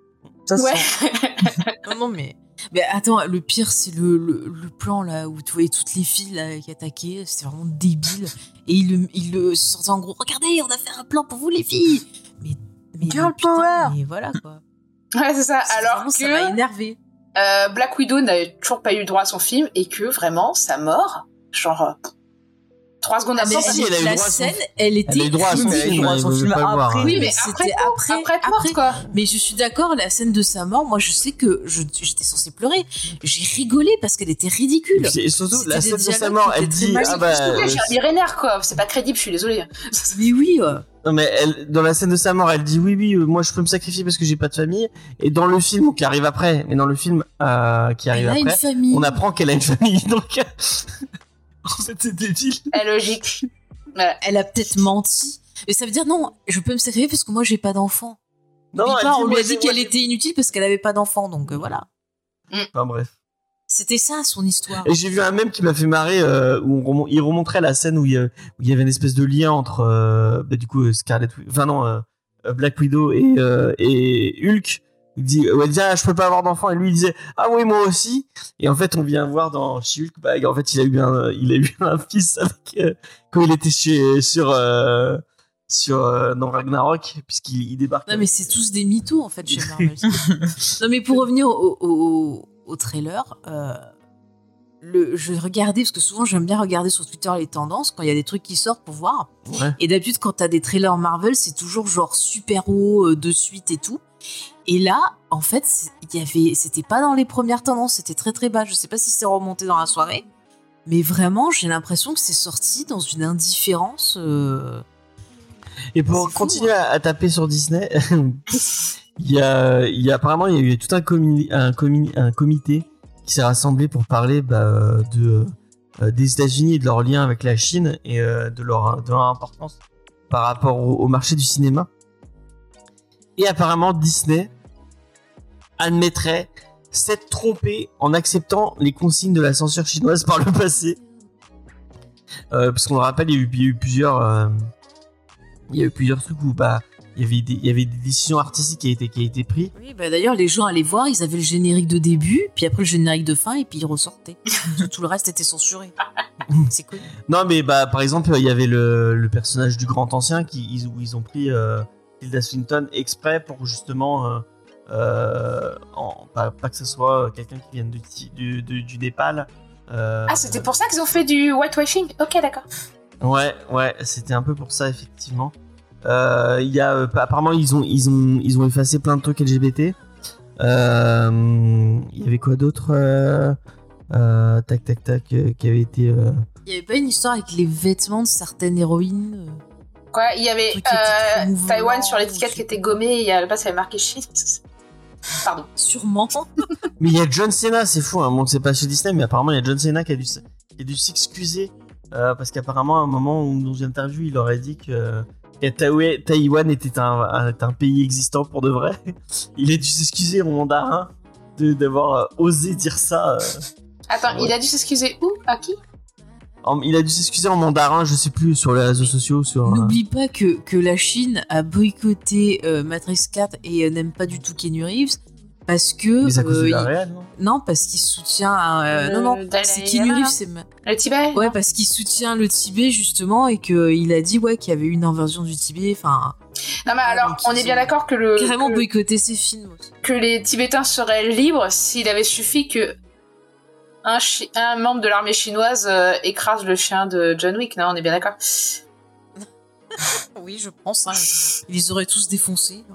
F: Ça se
D: Ouais.
F: sent.
C: Non, mais attends, le pire, c'est le plan là où tu voyais toutes les filles là, qui attaquaient. C'était vraiment débile. Et il le sortait en gros. Regardez, on a fait un plan pour vous, les filles. Mais
F: Girl
C: putain,
F: power.
C: mais voilà quoi.
D: Ouais, c'est ça. Alors
C: Vraiment, ça m'a
D: que
C: énervé.
D: Black Widow n'avait toujours pas eu droit à son film et que vraiment, sa mort, genre 3 secondes
C: Ah, mais
D: après,
B: si, elle a eu
C: la
B: droit à son-
C: scène, elle était.
B: Elle a eu droit à son
F: Oui, mais elle a eu
B: film,
F: droit à
B: elle
F: son
B: veut
F: film
B: pas le voir.
F: après.
D: oui, mais
C: C'était
D: après être morte, quoi.
C: Mais je suis d'accord, la scène de sa mort, moi je sais que j'étais censée pleurer. J'ai rigolé parce qu'elle était ridicule.
B: Et surtout,
C: C'était
B: la
C: des
B: scène de sa
C: dialogues
B: mort,
C: qui
B: elle
C: étaient très
B: dit
C: mal
B: ah bah
D: S'il te plaît, j'ai un vénère, quoi. C'est pas crédible, je suis désolée.
C: Mais oui,
B: non mais dans la scène de sa mort, elle dit oui, moi je peux me sacrifier parce que j'ai pas de famille. Et dans le film qui arrive après, mais dans le film qui arrive
C: elle a une
B: après,
C: famille.
B: on apprend qu'elle a une famille. Donc en fait, c'est débile.
D: Logique. Ouais.
C: Elle a peut-être menti. Et ça veut dire non, je peux me sacrifier parce que moi j'ai pas d'enfant.
B: Non,
C: Puis
B: elle
C: pas,
B: dit,
C: on lui
B: moi,
C: a dit qu'elle était inutile parce qu'elle avait pas d'enfant, donc voilà.
B: Enfin bref.
C: C'était ça son histoire.
B: Et j'ai vu un mème qui m'a fait marrer où il remontrait la scène où il y avait une espèce de lien entre du coup Black Widow et Hulk. Il dit elle dit ah, je peux pas avoir d'enfant et lui il disait ah oui moi aussi. Et en fait on vient voir dans Hulk en fait il a eu un fils avec quand il était sur Ragnarok puisqu'il débarque.
C: Non mais c'est tous des mythos en fait chez Marvel. Non mais pour revenir au trailer, je regardais parce que souvent j'aime bien regarder sur Twitter les tendances quand il y a des trucs qui sortent pour voir.
B: Ouais.
C: Et d'habitude quand t'as des trailers Marvel c'est toujours genre super haut de suite et tout. Et là en fait c'était pas dans les premières tendances, c'était très très bas. Je sais pas si c'est remonté dans la soirée, mais vraiment j'ai l'impression que c'est sorti dans une indifférence.
B: Et pour
C: C'est fou,
B: continuer à taper sur Disney, il y a apparemment il y a eu tout un comité qui s'est rassemblé pour parler des États-Unis et de leur lien avec la Chine et de leur importance par rapport au marché du cinéma. Et apparemment Disney admettrait s'être trompé en acceptant les consignes de la censure chinoise par le passé. Parce qu'on le rappelle, il y a eu plusieurs trucs où il y avait des décisions artistiques qui a été prises.
C: Oui, d'ailleurs, les gens allaient voir, ils avaient le générique de début, puis après le générique de fin, et puis ils ressortaient. Tout le reste était censuré. C'est cool.
B: Non, mais par exemple, il y avait le personnage du grand ancien où ils ont pris Tilda Swinton exprès pour justement pas que ce soit quelqu'un qui vienne du Népal.
D: Ah, c'était pour ça qu'ils ont fait du whitewashing. Ok, d'accord.
B: Ouais, c'était un peu pour ça effectivement. Apparemment ils ont effacé plein de trucs LGBT. Il y avait quoi d'autre qui avait été.
C: Il y avait pas une histoire avec les vêtements de certaines héroïnes
D: Quoi, il y avait
C: truc qui était très mouvant,
D: Taïwan sur l'étiquette
C: ou-
D: qui était gommée et il y a là-bas ça avait marqué Chine. Pardon.
C: Sûrement.
B: Mais il y a John Cena, c'est fou, hein. Bon, c'est pas chez Disney, mais apparemment il y a John Cena qui a dû s'excuser parce qu'apparemment à un moment où dans une interview il aurait dit que Taïwan était un pays existant pour de vrai. Il a dû s'excuser en mandarin d'avoir osé dire ça.
D: Attends,
B: Ouais.
D: il a dû s'excuser où? À qui?
B: Il a dû s'excuser en mandarin, je sais plus, sur les réseaux sociaux.
C: N'oublie pas que la Chine a boycotté Matrix 4 et n'aime pas du tout Keanu Reeves parce que.
B: Mais c'est à cause de la réelle, non?
C: Non, parce qu'il soutient. Non,
D: Dalai
C: c'est Keanu
D: Lama.
C: Reeves, c'est.
D: Le Tibet?
C: Ouais, parce qu'il soutient le Tibet justement et qu'il a dit qu'il y avait eu une invasion du Tibet. Enfin,
D: Non, mais alors,
C: donc
D: on
C: ils
D: est bien
C: ont
D: d'accord que
C: carrément boycotté ses films aussi.
D: que les Tibétains seraient libres s'il avait suffi que un membre de l'armée chinoise écrase le chien de John Wick. Non, on est bien d'accord.
C: Oui, je pense. Ils les auraient tous défoncés.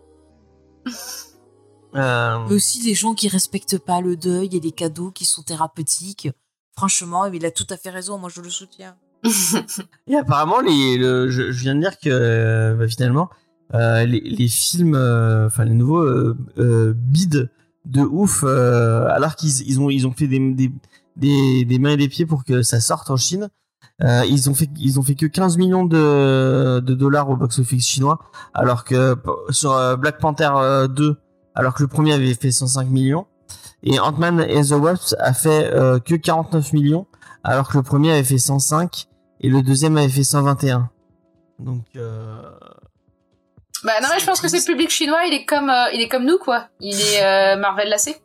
C: Mais aussi les gens qui respectent pas le deuil et les cadeaux qui sont thérapeutiques. Franchement, il a tout à fait raison. Moi, je le soutiens.
B: Et apparemment, je viens de dire que finalement, les films, les nouveaux bid de ouf, alors qu'ils ont fait des mains et des pieds pour que ça sorte en Chine. Ils ont fait que 15 millions de dollars au box-office chinois, alors que sur Black Panther 2, alors que le premier avait fait 105 millions, et Ant-Man and the Wasp a fait que 49 millions, alors que le premier avait fait 105 et le deuxième avait fait 121. Donc
D: Bah non, mais je pense que c'est le public chinois, il est comme nous, quoi. Il est Marvel lassé.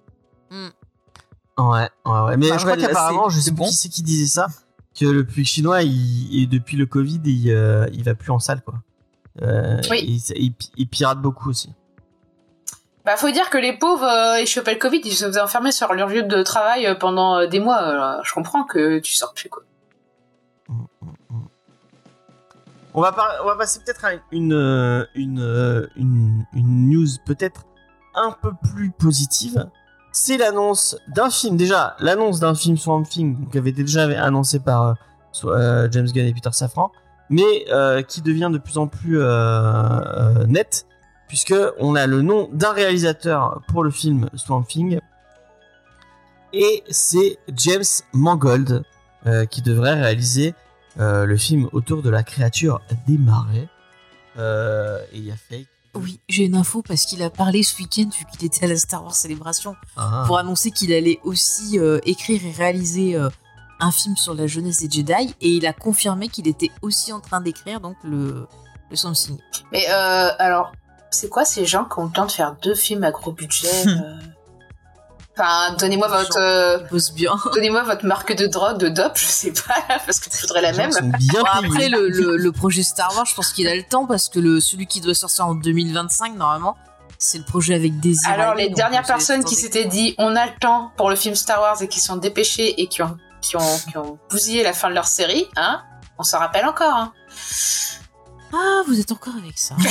B: Ouais. Mais je crois
F: Marvel, là,
B: qu'apparemment, je
F: c'est
B: sais
F: bon.
B: plus qui c'est qui disait ça, que le public chinois, et depuis le Covid, il va plus en salle, quoi.
D: Oui.
B: Et il pirate beaucoup aussi.
D: Bah, faut dire que les pauvres, ils chopaient le Covid, ils se faisaient enfermer sur leur lieu de travail pendant des mois. Alors, je comprends que tu sors plus, quoi.
B: On va passer peut-être à une news peut-être un peu plus positive. C'est l'annonce d'un film. Déjà, l'annonce d'un film Swamp Thing qui avait été déjà annoncé par James Gunn et Peter Safran, mais qui devient de plus en plus net, puisque on a le nom d'un réalisateur pour le film Swamp Thing, et c'est James Mangold qui devrait réaliser le film autour de la créature des marais. Et il a fait...
C: Oui, j'ai une info parce qu'il a parlé ce week-end, vu qu'il était à la Star Wars Célébration, pour annoncer qu'il allait aussi écrire et réaliser un film sur la jeunesse des Jedi, et il a confirmé qu'il était aussi en train d'écrire donc le Swamp Thing.
D: Mais alors, c'est quoi ces gens qui ont le temps de faire 2 films à gros budget Enfin, donnez-moi votre marque de drogue, de dope, je sais pas, parce que tu voudrais la même.
B: Bien
C: Après, le projet Star Wars, je pense qu'il a le temps, parce que celui qui doit sortir en 2025, normalement, c'est le projet avec Daisy.
D: Alors, les dernières personnes qui s'étaient dit on a le temps pour le film Star Wars et qui sont dépêchées et qui ont bousillé la fin de leur série, hein, on s'en rappelle encore. Hein.
C: Ah, vous êtes encore avec ça.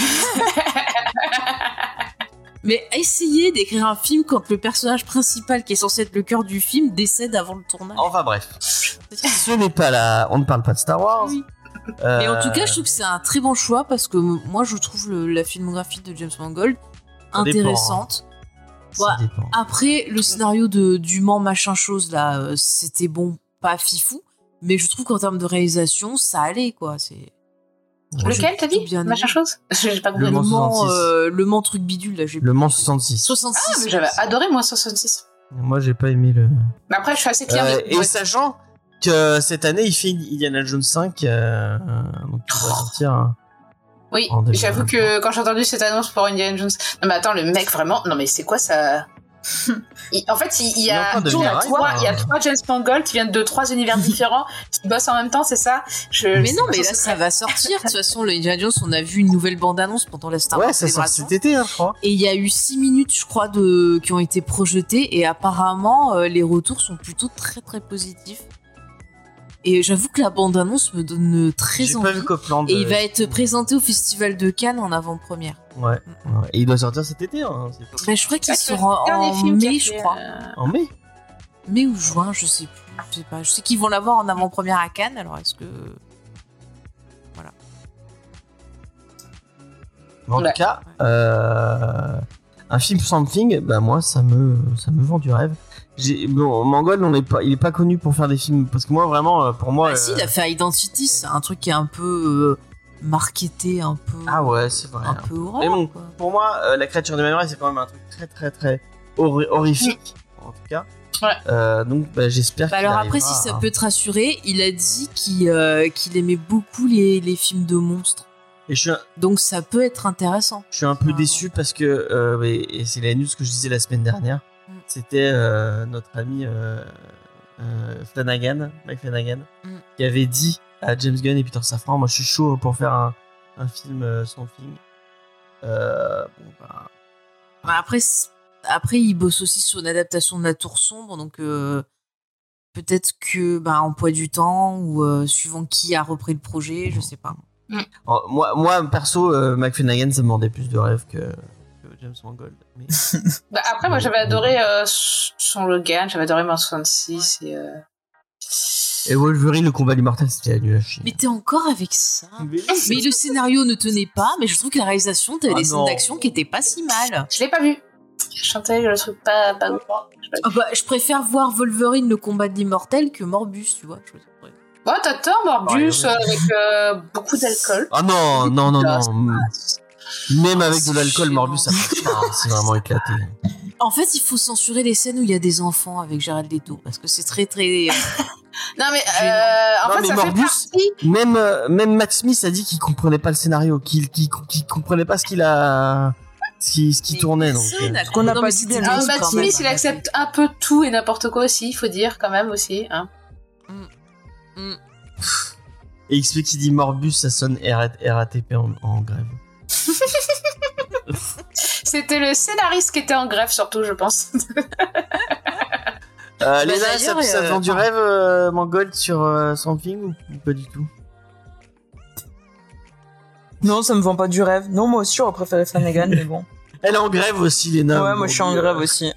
C: Mais essayez d'écrire un film quand le personnage principal, qui est censé être le cœur du film, décède avant le tournage.
B: Enfin bref, ce n'est pas on ne parle pas de Star Wars.
C: Oui. Mais en tout cas, je trouve que c'est un très bon choix, parce que moi, je trouve la filmographie de James Mangold intéressante.
B: Ça dépend.
C: Après, le scénario de Duman, machin chose, là, c'était bon, pas fifou, mais je trouve qu'en termes de réalisation, ça allait, quoi.
D: Lequel t'as dit
C: bien
D: machin chose j'ai pas compris.
C: Le Mans truc bidule, là.
B: Le Mans 66.
C: 66.
D: Ah, mais j'avais adoré, moi, 66.
B: Moi, j'ai pas aimé le...
D: Mais après, je suis assez claire.
B: Et sachant que cette année, il fait Indiana Jones 5, donc il va sortir...
D: Oui, j'avoue que quand j'ai entendu cette annonce pour Indiana Jones... Non mais attends, le mec, vraiment... Non mais c'est quoi ça... En fait, il y a 3 James Mangold qui viennent de 3 univers différents, qui bossent en même temps, c'est ça
C: Mais non, mais là, ça va sortir. De toute façon, le Indiana Jones, on a vu une nouvelle bande-annonce pendant la Star Wars.
B: Ouais, ça sort cet été, je crois.
C: Et il y a eu 6 minutes, je crois, qui ont été projetées, et apparemment, les retours sont plutôt très très positifs. Et j'avoue que la bande-annonce me donne très envie.
B: J'ai pas vu Copland.
C: Et il va être présenté au Festival de Cannes en avant-première.
B: Ouais. Et il doit sortir cet été. Hein.
C: Bah, je crois qu'il sera en mai, je crois.
B: En mai ?
C: Mai ou juin, je sais plus. Je sais pas. Je sais qu'ils vont l'avoir en avant-première à Cannes, alors est-ce que... Voilà.
B: En tout cas, un film Something, bah moi, ça me vend du rêve. Mangold, il est pas connu pour faire des films, parce que moi vraiment, pour moi.
C: Si, il a fait Identity, c'est un truc qui est un peu marketé, un peu.
B: Ah ouais, c'est vrai.
C: Un peu horreur.
B: Mais bon,
C: quoi.
B: pour moi, la créature de Manuel, c'est quand même un truc très très très horrifique, en tout cas.
D: Ouais.
B: Donc j'espère.
C: Alors après, si ça peut te rassurer, il a dit qu'il aimait beaucoup les films de monstres. Donc ça peut être intéressant.
B: Je suis un peu déçu parce que et c'est la news que je disais la semaine dernière. C'était notre ami Mike Flanagan, qui avait dit à James Gunn et Peter Safran, moi je suis chaud pour faire un film Swamp Thing.
C: Après, il bosse aussi sur une adaptation de La Tour Sombre, donc peut-être que emploi du temps ou suivant qui a repris le projet, je sais pas.
B: Moi perso, Mike Flanagan, ça me demandait plus de rêve que James Mangold. Mais...
D: après, moi j'avais adoré son Logan, j'avais adoré Mans 66
B: et Wolverine, le combat immortel, c'était nul à chier.
C: Mais t'es encore avec ça. Mais le scénario ne tenait pas, mais je trouve que la réalisation, t'avais des scènes d'action qui étaient pas si mal.
D: Je l'ai pas vu. Je chantais le truc pas ouf.
C: Je préfère voir Wolverine, le combat de l'immortel, que Morbus, tu vois.
D: Ouais, t'as tort, Morbus, avec beaucoup d'alcool.
B: Ah non. Même avec de l'alcool, Morbus, ça passe pas. C'est vraiment éclaté.
C: En fait, il faut censurer les scènes où il y a des enfants avec Jared Leto, parce que c'est très très
D: Non mais en
B: Non,
D: fait
B: mais
D: ça
B: Morbius,
D: fait partie.
B: Même Matt Smith a dit qu'il comprenait pas le scénario, qu'il comprenait pas ce qu'il a, ce qui tournait. Donc,
F: qu'on n'a
C: Non,
F: pas
C: mais
F: dit
C: c'était
F: bien.
C: juste
D: Matt
C: quand même.
D: Smith, il accepte un peu tout et n'importe quoi aussi, il faut dire quand même aussi. Hein.
B: Et XP qui dit Morbius, ça sonne RATP en grève.
D: C'était le scénariste qui était en grève surtout, je pense.
B: Léna,
C: d'ailleurs,
B: ça te vend du rêve, Mangold, sur Something ou pas du tout?
F: Non, ça me vend pas du rêve. Non, moi aussi, j'aurais préféré Flanagan, mais bon.
B: Elle est en grève aussi, Léna.
F: Ouais, moi, je suis en grève aussi.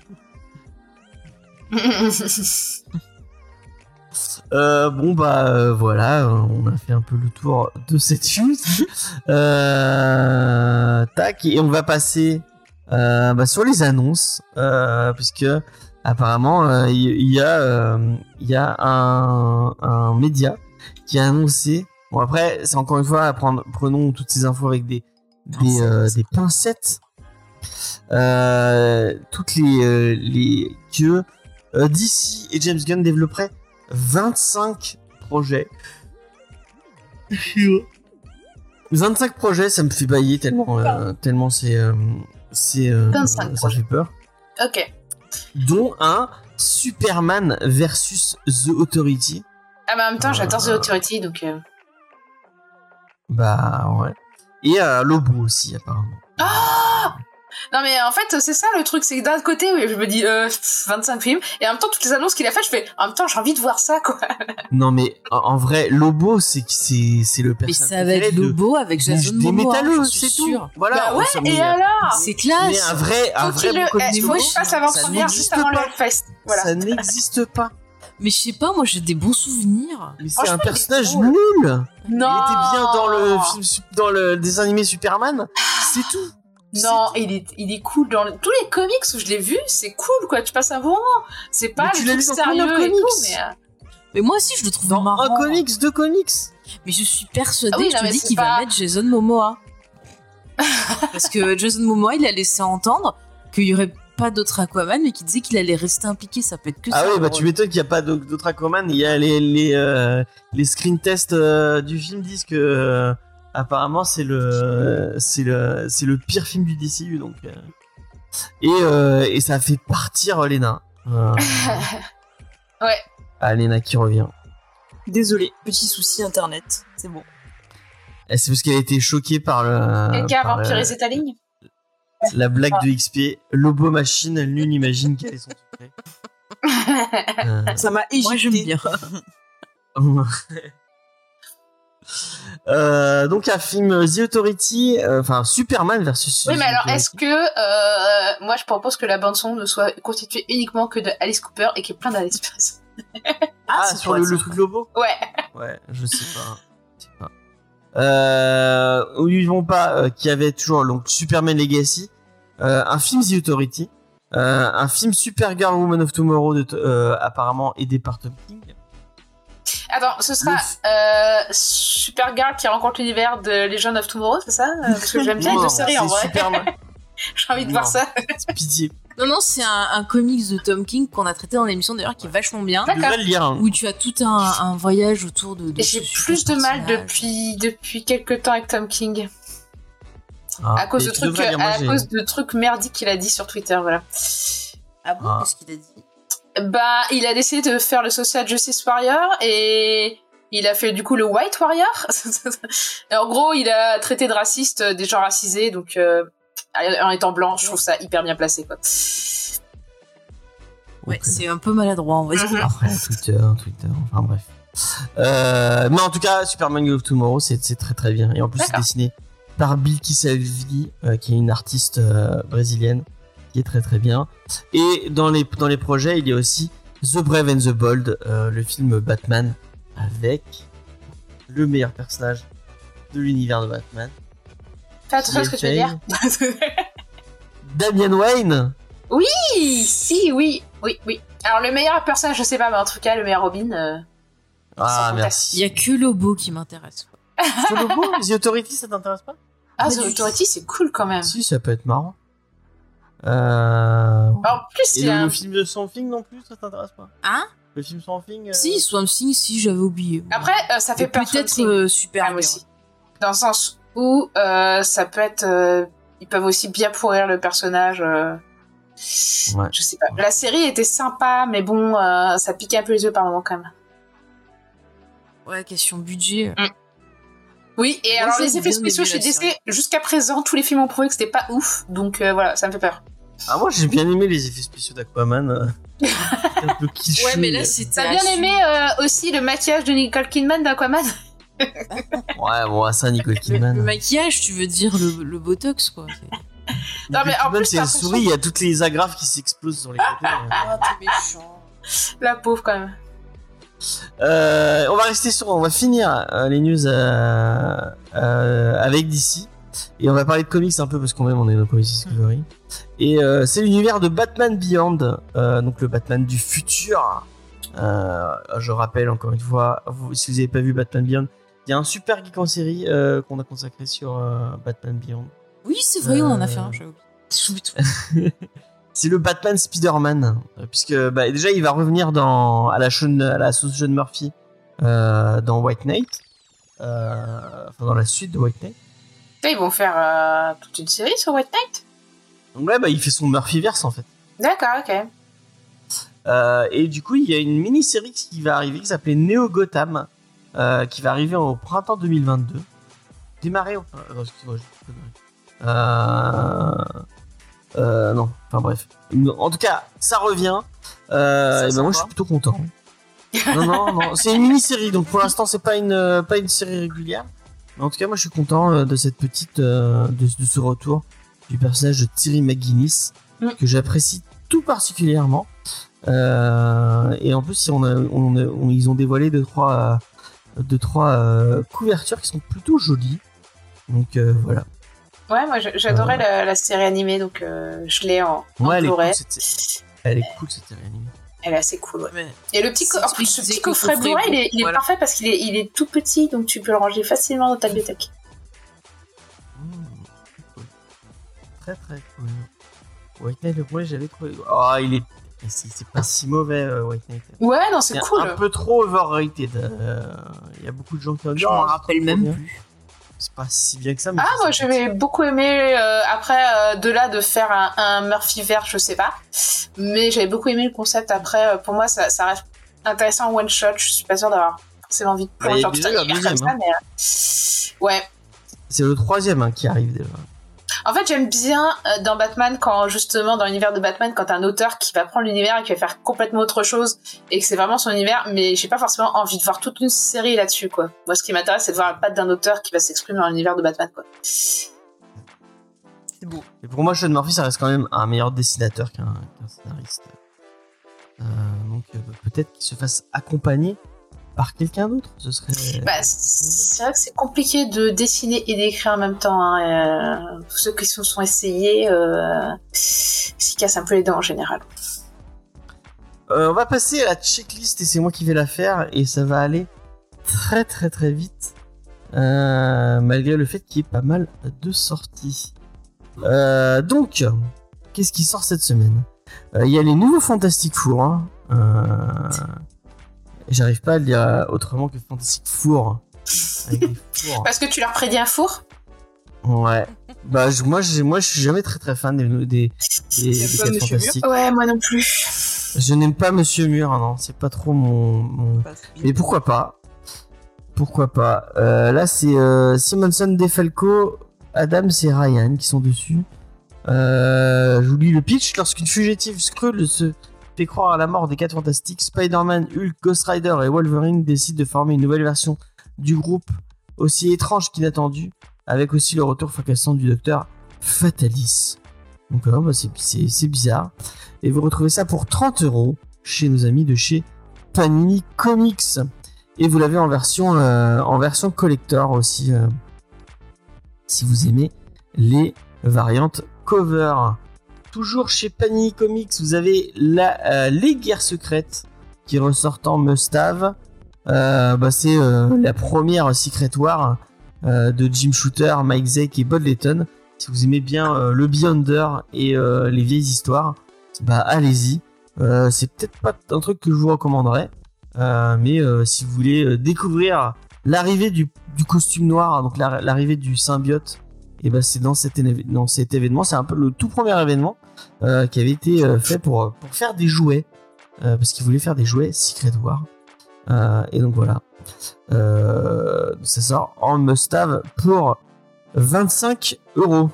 B: Bon bah voilà, on a fait un peu le tour de cette news. Tac, et on va passer sur les annonces, puisque apparemment il y a un média qui a annoncé. Bon après, c'est encore une fois, prenons toutes ces infos avec des pincettes. Toutes les que DC et James Gunn développeraient 25 projets. 25 projets, ça me fait bailler tellement c'est
D: 25
B: ça fait peur.
D: Ok.
B: Dont un Superman versus The Authority.
D: Ah mais en même temps, j'adore The Authority, donc...
B: Bah ouais. Et Lobo aussi, apparemment.
D: Ah non mais en fait c'est ça le truc, c'est que d'un côté oui, je me dis 25 films et en même temps toutes les annonces qu'il a faites je fais en même temps j'ai envie de voir ça quoi.
B: Non mais en vrai Lobo c'est le personnage.
C: Mais ça va être Lobo avec Jason
B: des
C: Momoa,
B: métalleux,
C: je suis
B: c'est tout.
C: sûre.
B: Voilà.
D: Bah ouais,
B: mais,
D: et alors
C: C'est classe.
B: mais un vrai
D: moi je passe avant-première juste avant le Hellfest. Voilà.
B: Ça n'existe pas.
C: Mais je sais pas, moi j'ai des bons souvenirs.
B: Mais c'est
D: Franchement,
B: un
D: il est
B: personnage
D: drôle.
B: nul.
D: Non.
B: Il était bien dans le film, dans le dessin animé Superman. C'est tout.
D: Non, il est cool dans tous les comics où je l'ai vu, c'est cool quoi, tu passes un bon moment. C'est pas
B: Mais tu
D: les
B: l'as
D: trucs
B: lu dans combien de
D: sérieux et tout
B: comics
D: mais
C: Mais moi aussi je le trouve
B: Dans
C: marrant.
B: un comics, deux comics.
C: Mais je suis persuadée,
D: Ah oui,
C: je
D: non,
C: te
D: mais
C: dis
D: c'est
C: qu'il
D: pas-
C: va mettre Jason Momoa. Parce que Jason Momoa, il a laissé entendre qu'il y aurait pas d'autre Aquaman, mais qu'il disait qu'il allait rester impliqué. Ça peut être que ça.
B: Ah oui, bah
C: le
B: tu
C: rôle.
B: m'étonnes qu'il n'y a pas d'autres Aquaman. Il y a les screen tests du film disent que apparemment c'est le pire film du DCU donc et ça fait partir Lena.
D: Ouais.
B: Ah, Lena qui revient.
F: Désolé, petit souci internet. C'est bon.
B: Et c'est parce qu'elle a été choquée par le
D: quelqu'un a
B: par
D: vampirisé ta ligne.
B: la blague de XP. Lobo Machine, nul n'imagine quel est son secret.
F: Ça m'a éjecté.
C: Moi j'aime bien.
B: Donc un film The Authority, enfin Superman versus.
D: Oui, mais
B: The
D: alors,
B: Authority.
D: est-ce que moi je propose que la bande son ne soit constituée uniquement que de Alice Cooper et qu'il y ait plein d'Alice Cooper.
B: Ah,
F: c'est
B: sur
F: quoi,
B: le
F: ça
B: truc Lobo.
D: Ouais.
B: Ouais, je sais pas. Où ils vont pas, qui avait toujours donc Superman Legacy, un film The Authority, un film Supergirl Woman of Tomorrow apparemment aidé par Tom King.
D: Attends, ce sera Supergirl qui rencontre l'univers de Legend of Tomorrow, c'est ça Parce que j'aime bien les
B: Non,
D: deux séries en
B: c'est
D: vrai.
B: Superman.
D: J'ai envie de voir
B: Non.
D: ça.
B: Pitié.
C: Non, c'est un comics de Tom King qu'on a traité dans l'émission d'ailleurs qui est vachement bien.
B: Tu devrais le lire. Hein.
C: Où tu as tout un voyage autour de
D: Et j'ai
C: ce
D: plus
C: super
D: de mal
C: personnage.
D: depuis quelques temps avec Tom King.
B: Ah,
D: À cause
B: mais
D: de
B: tu
D: trucs,
B: devrais lire, moi, j'ai-
D: cause de trucs merdiques qu'il a dit sur Twitter, voilà.
C: Ah bon,
B: Ah.
C: qu'est-ce qu'il a dit?
D: Bah, il a décidé de faire le Social Justice Warrior et il a fait du coup le White Warrior. Et en gros, il a traité de raciste des gens racisés, donc en étant blanc, je trouve ça hyper bien placé, quoi.
C: Ouais, c'est un peu maladroit, on va dire.
B: Après, Twitter, enfin bref. Mais en tout cas, Superman of Tomorrow, c'est très très bien. Et en plus, c'est
D: D'accord.
B: dessiné par Bilky Salvi, qui est une artiste brésilienne, qui est très très bien. Et dans les projets, il y a aussi The Brave and the Bold, le film Batman, avec le meilleur personnage de l'univers de Batman,
D: Fais attention à ce que tu veux dire.
B: Damian Wayne.
D: Oui. Alors, le meilleur personnage, je sais pas, mais en tout cas, le meilleur Robin.
B: Ah,
D: Sans
B: merci.
C: Il y a que Lobo qui m'intéresse. quoi.
B: C'est le beau, The Authority, ça t'intéresse pas?
D: Ah,
C: Pas
D: The
C: du
D: Authority, c'est cool quand même.
B: Si, ça peut être marrant.
D: En plus,
B: Et
D: il y a
B: le film de Something non plus, ça t'intéresse pas?
C: Hein?
B: Le film Swamp Thing
C: Si, Swamp Thing, si, j'avais oublié.
D: Après, ça fait
C: Et
D: peur.
C: peut-être
D: Swamp Thing,
C: Supergirl
D: aussi. Dans le sens où ça peut être... ils peuvent aussi bien pourrir le personnage.
B: Ouais.
D: Je sais pas. La série était sympa, mais bon, ça piquait un peu les yeux par moment quand même.
C: Ouais, question budget.
D: Oui, et
C: Moi,
D: alors
C: j'ai
D: les effets
C: bien aimé
D: spéciaux chez
C: la
D: DC,
C: série.
D: jusqu'à présent, tous les films ont prouvé que c'était pas ouf, donc voilà, ça me fait peur.
B: Ah, moi j'ai bien aimé les effets spéciaux d'Aquaman. C'était un peu kitschou.
C: Ouais, mais là, c'était.
D: T'as bien aimé aussi le maquillage de Nicole Kidman d'Aquaman?
B: Ouais, bon, ça, Nicole
C: Le
B: Kidman.
C: maquillage, tu veux dire le botox, quoi.
D: Non, mais en plus,
B: c'est une
D: t'as
B: souris, il y a toutes les agrafes qui s'explosent sur les côtés.
C: Ah, t'es méchant.
D: La pauvre quand même.
B: On va finir les news avec DC et on va parler de comics un peu parce qu'on est dans Comics Discovery et c'est l'univers de Batman Beyond, donc le Batman du futur. Je rappelle encore une fois, si vous n'avez pas vu Batman Beyond, il y a un super geek en série qu'on a consacré sur Batman Beyond.
C: Oui, c'est vrai, on en a fait un, j'avoue.
B: C'est le Batman Spider-Man, puisque déjà il va revenir à la sauce John Murphy dans White Knight, enfin dans la suite de White Knight.
D: Là, ils vont faire toute une série sur White Knight?
B: Ouais, il fait son Murphyverse en fait.
D: D'accord, ok.
B: Et du coup, il y a une mini-série qui va arriver qui s'appelait Neo Gotham, qui va arriver au printemps 2022. Démarrer au... excuse-moi, non, enfin bref. En tout cas, ça revient. Et moi, je suis plutôt content. non, c'est une mini-série, donc pour l'instant, c'est pas une série régulière. Mais en tout cas, moi, je suis content de cette petite, de ce retour du personnage de Terry McGinnis, que j'apprécie tout particulièrement. Et en plus, ils ont dévoilé deux trois couvertures qui sont plutôt jolies. Donc voilà.
D: Ouais, moi j'adorais la série animée, donc je l'ai en Blu-ray.
B: Elle est cool cette série animée.
D: Elle est assez cool, ouais.
C: Mais
D: Et le petit,
C: c'est
D: ce petit
C: coffret
D: coffret Blu-ray, il est
C: voilà.
D: parfait parce qu'il est tout petit, donc tu peux le ranger facilement dans ta bibliothèque.
B: Cool. Très très cool. White Knight, le premier, j'avais trouvé. C'est pas si mauvais, White Knight.
D: Ouais, non, c'est cool.
B: Un peu trop overrated. Il y a beaucoup de gens qui ont dit.
C: je m'en rappelle même plus.
B: C'est pas si bien que ça. Mais
D: Ah, moi j'avais beaucoup aimé, après, de là de faire un Murphyverse, je sais pas. Mais j'avais beaucoup aimé le concept après. Pour moi, ça reste intéressant en one shot. Je suis pas sûre d'avoir forcément envie de plonger dans tout un univers comme ça, mais ouais.
B: C'est le troisième qui arrive déjà.
D: En fait, j'aime bien dans Batman, quand justement dans l'univers de Batman, quand t'as un auteur qui va prendre l'univers et qui va faire complètement autre chose et que c'est vraiment son univers, mais j'ai pas forcément envie de voir toute une série là-dessus, quoi. Moi, ce qui m'intéresse, c'est de voir la patte d'un auteur qui va s'exprimer dans l'univers de Batman, quoi.
C: C'est beau.
B: Et pour moi, Sean Murphy, ça reste quand même un meilleur dessinateur qu'un scénariste. Donc peut-être qu'il se fasse accompagner par quelqu'un d'autre. Ce serait.
D: C'est vrai que c'est compliqué de dessiner et d'écrire en même temps. Hein. Tous ceux qui se sont essayés s'y cassent un peu les dents en général.
B: On va passer à la checklist et c'est moi qui vais la faire et ça va aller très très très vite malgré le fait qu'il y ait pas mal de sorties. Donc, qu'est-ce qui sort cette semaine ? Il y a les nouveaux Fantastic Four. Hein. J'arrive pas à le dire autrement que Fantastic Four. Avec des fours.
D: Parce que tu leur prédis un four ?
B: Ouais. Moi, je suis jamais très très fan des 4 Fantastiques.
D: Ouais, moi non plus.
B: Je n'aime pas Monsieur Mur, non, c'est pas trop mon... Mais pourquoi pas ? Là, c'est Simonson, DeFalco, Adams et Ryan qui sont dessus. Je vous lis le pitch. Lorsqu'une fugitive Skrull se fait croire à la mort des 4 Fantastiques, Spider-Man, Hulk, Ghost Rider et Wolverine décident de former une nouvelle version du groupe, aussi étrange qu'inattendue, avec aussi le retour fracassant du docteur Fatalis. Donc c'est bizarre. Et vous retrouvez ça pour 30€ chez nos amis de chez Panini Comics. Et vous l'avez en version collector aussi, si vous aimez les variantes cover. Toujours chez Panini Comics, vous avez les guerres secrètes qui ressortent en must-have. C'est la première Secret War de Jim Shooter, Mike Zeck et Bud Layton. Si vous aimez bien le Beyonder et les vieilles histoires, allez-y. C'est peut-être pas un truc que je vous recommanderais, mais si vous voulez découvrir l'arrivée du costume noir, donc l'arrivée du symbiote, et ben c'est dans cet événement. C'est un peu le tout premier événement qui avait été fait pour faire des jouets, parce qu'ils voulaient faire des jouets Secret War. Et donc voilà, ça sort en must-have pour 25 €.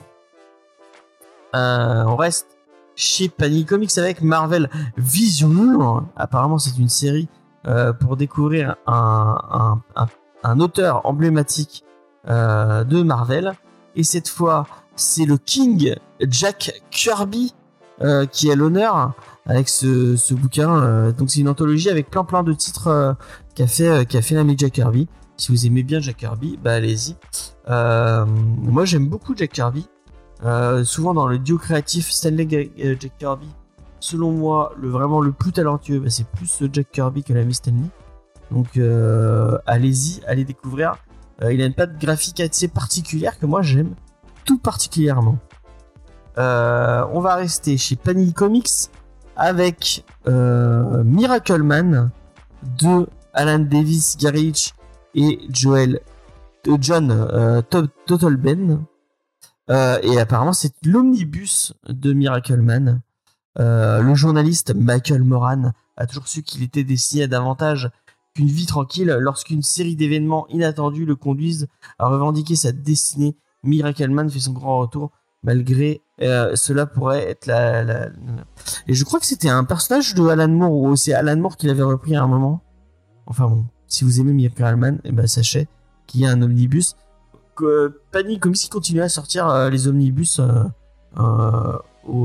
B: On reste chez Panini Comics avec Marvel Vision. Apparemment, c'est une série pour découvrir un auteur emblématique de Marvel. Et cette fois, c'est le King Jack Kirby qui est à l'honneur avec ce bouquin. Donc, c'est une anthologie avec plein de titres qu'a fait l'ami Jack Kirby. Si vous aimez bien Jack Kirby, bah allez-y. Moi, j'aime beaucoup Jack Kirby. Souvent dans le duo créatif Stanley Jack Kirby, selon moi vraiment le plus talentueux, c'est plus Jack Kirby que l'ami Stanley. Donc allez-y, allez découvrir. Il a une patte graphique assez particulière que moi j'aime tout particulièrement. On va rester chez Panini Comics avec Miracle Man de Alan Davis, Gary Hitch et John Totleben. Et apparemment c'est l'omnibus de Miracle Man. Le journaliste Michael Moran a toujours su qu'il était destiné à davantage qu'une vie tranquille lorsqu'une série d'événements inattendus le conduisent à revendiquer sa destinée. Miracle Man fait son grand retour malgré cela pourrait être Et je crois que c'était un personnage de Alan Moore, ou c'est Alan Moore qui l'avait repris à un moment. Enfin bon, si vous aimez Miracle Man, sachez qu'il y a un omnibus. Panini Comics qui continue à sortir les omnibus en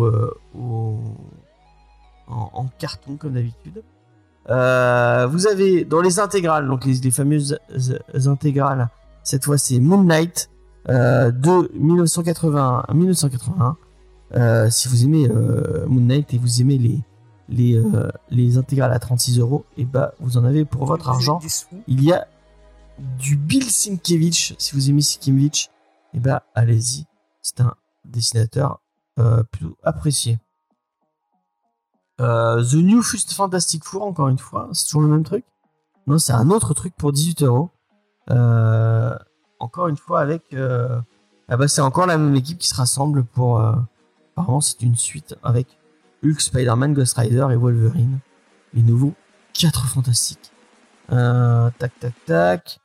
B: carton comme d'habitude. Vous avez dans les intégrales, donc les fameuses intégrales, cette fois c'est Moon Knight de 1981. Si vous aimez Moon Knight et vous aimez les intégrales à 36 €, et vous en avez pour votre argent. Il y a du Bill Sienkiewicz. Si vous aimez Sienkiewicz, allez-y, c'est un dessinateur plutôt apprécié. The New Fantastic Four, encore une fois, c'est toujours le même truc. Non, c'est un autre truc pour 18 €. Encore une fois avec c'est encore la même équipe qui se rassemble pour apparemment c'est une suite avec Hulk, Spider-Man, Ghost Rider et Wolverine, les nouveaux 4 fantastiques. Tac.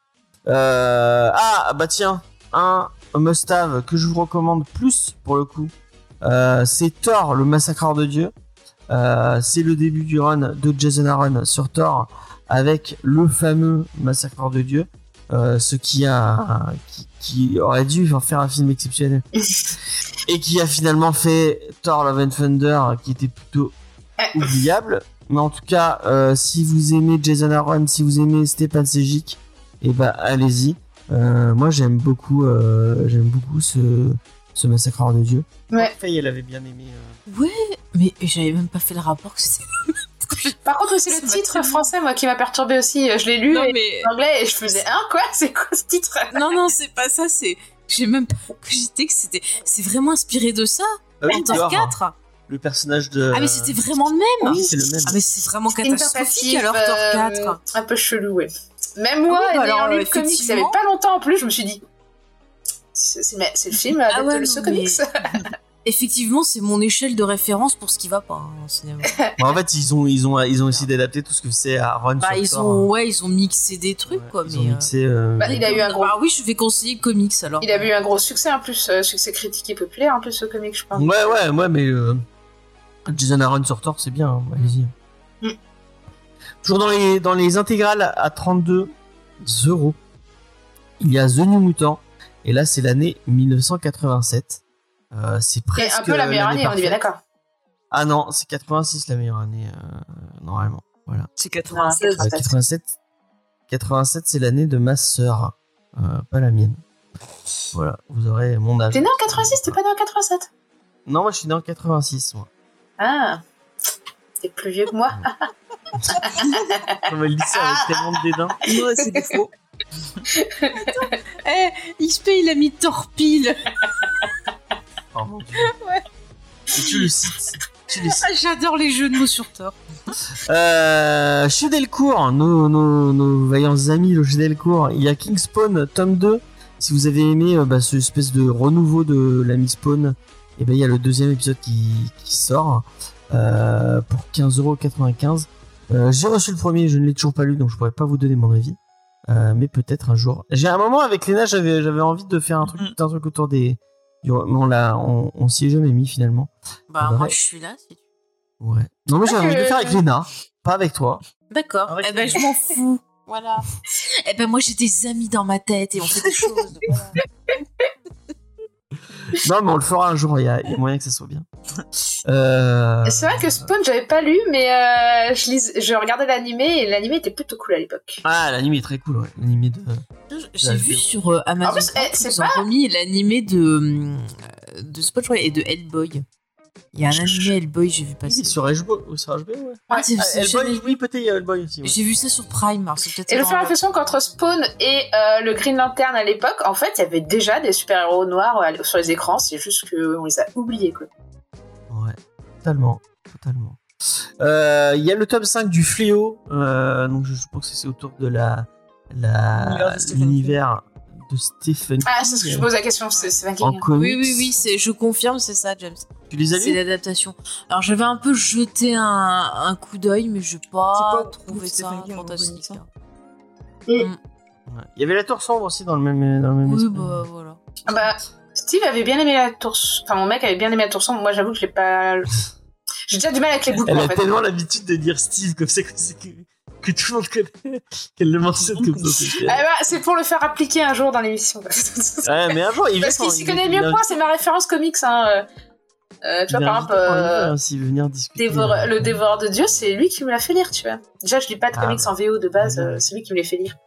B: Tiens, un must-have que je vous recommande plus pour le coup, c'est Thor, le massacreur de Dieu. C'est le début du run de Jason Aaron sur Thor avec le fameux massacreur de Dieu, ce qui aurait dû faire un film exceptionnel et qui a finalement fait Thor Love and Thunder, qui était plutôt oubliable. Mais en tout cas, si vous aimez Jason Aaron, si vous aimez Stepan Sejic, allez-y. Moi, j'aime beaucoup ce massacreur de Dieu.
D: Ouais.
B: Faye, elle avait bien aimé.
C: Ouais, mais j'avais même pas fait le rapport que c'était.
D: Par contre, c'est le titre français, moi, qui m'a perturbé aussi. Je l'ai lu en anglais et je faisais quoi? C'est quoi ce titre?
C: Non, c'est pas ça. J'ai même pas cogité que c'est vraiment inspiré de ça. Thor 4.
B: Le personnage de.
C: Ah, mais c'était vraiment le même.
B: Oui, c'est le même.
C: Ah, mais c'est vraiment catastrophique alors Thor 4.
D: Un peu chelou, ouais. Même moi, ayant lu le comics, ça avait pas longtemps en plus, je me suis dit. C'est le film de ce comics.
C: Effectivement, c'est mon échelle de référence pour ce qui va pas en cinéma.
B: En fait, ils ont essayé d'adapter tout ce que c'est à Ron sur Thor.
C: Ils ont mixé des trucs, quoi.
B: Ils ont mixé.
D: Il a eu un gros.
C: Oui, je vais conseiller comics alors.
D: Il a eu un gros succès en plus, succès critique et populaire en plus ce comic, je pense.
B: Ouais, mais Jason Aaron sur Thor, c'est bien. Allez-y. Toujours dans les intégrales à 32 €, il y a The New Mutant, et là c'est l'année 1987. C'est presque
D: un peu la meilleure année, on est bien d'accord.
B: Ah non, c'est 86 la meilleure année normalement. Voilà.
F: C'est 96.
B: 87, c'est l'année de ma sœur, pas la mienne. Voilà, vous aurez mon âge.
D: T'es né en 86, t'es pas né en 87?
B: Non, moi je suis né en 86, moi.
D: Ah, t'es plus vieux que moi.
B: On me le dit ça avec tellement de dédain.
F: Ouais, c'est des faux.
C: XP, il a mis Torpille.
B: Oh mon dieu. Ouais. Et tu le cites. Tu les...
C: J'adore les jeux de mots sur Thor.
B: Chez Delcourt, nos vaillants amis chez Delcourt, il y a Kingspawn tome 2. Si vous avez aimé ce espèce de renouveau de l'ami Spawn, et il y a le deuxième épisode qui sort pour 15,95€. J'ai reçu le premier, je ne l'ai toujours pas lu, donc je pourrais pas vous donner mon avis. Mais peut-être un jour. J'ai un moment avec Léna, j'avais envie de faire un truc autour des. On s'y est jamais mis finalement.
C: Bah moi je suis là. Si tu...
B: Ouais. Non mais j'avais envie de le faire avec Léna, pas avec toi.
C: D'accord.
F: Avec
C: je m'en fous. Voilà. Moi j'ai des amis dans ma tête et on fait des choses. Voilà.
B: Non mais on le fera un jour, il y a moyen que ça soit bien.
D: C'est vrai que Spawn j'avais pas lu, mais je regardais l'animé et l'animé était plutôt cool à l'époque.
B: Ah, l'animé est très cool, ouais. L'animé de.
C: J'ai vu sur Amazon.
D: En plus,
C: ils ont remis l'animé de Spawn et de Hellboy. Il y a un animé Hellboy, j'ai vu passer.
B: Sur HBO, ouais.
C: Ah, c'est
B: Hellboy, oui, peut-être il y a Hellboy aussi. Ouais.
C: J'ai vu ça sur Prime. Alors c'est peut-être
D: Et je fais l'impression qu'entre Spawn et le Green Lantern à l'époque, en fait, il y avait déjà des super-héros noirs sur les écrans, c'est juste qu'on les a oubliés, quoi.
B: Ouais, totalement. Il y a le tome 5 du Fléau, donc je pense que c'est autour de l'univers de Stephen King.
D: Ah, c'est ce que je pose la question, c'est Stephen King.
B: En comics.
C: Oui, je confirme, c'est ça, James.
B: Tu les as lus ?
C: C'est l'adaptation. Alors j'avais un peu jeté un coup d'œil, mais je n'ai pas trouvé ça fantastique.
B: Ouais. Il y avait la Tour Sombre aussi dans le même
C: Oui,
B: esprit.
C: bah voilà.
D: Ah bah, Steve avait bien aimé la Tour Sombre. Enfin, mon mec avait bien aimé la Tour Sombre. Moi, j'avoue que je l'ai pas. J'ai déjà du mal avec les bouquins.
B: Elle
D: en
B: a
D: fait.
B: tellement l'habitude de dire Steve comme ça que tout le monde connaît qu'elle le mentionne comme ça.
D: C'est pour le faire appliquer un jour dans l'émission.
B: Ouais, mais un jour, il
D: Parce qu'il s'y connaît mieux que moi, c'est ma référence comics. Hein. Tu vois, par exemple,
B: s'il veut venir discuter.
D: le Dévoreur de Dieu, c'est lui qui me l'a fait lire, tu vois. Déjà, je lis pas de comics en VO de base,
B: ouais.
D: c'est lui qui me les fait lire.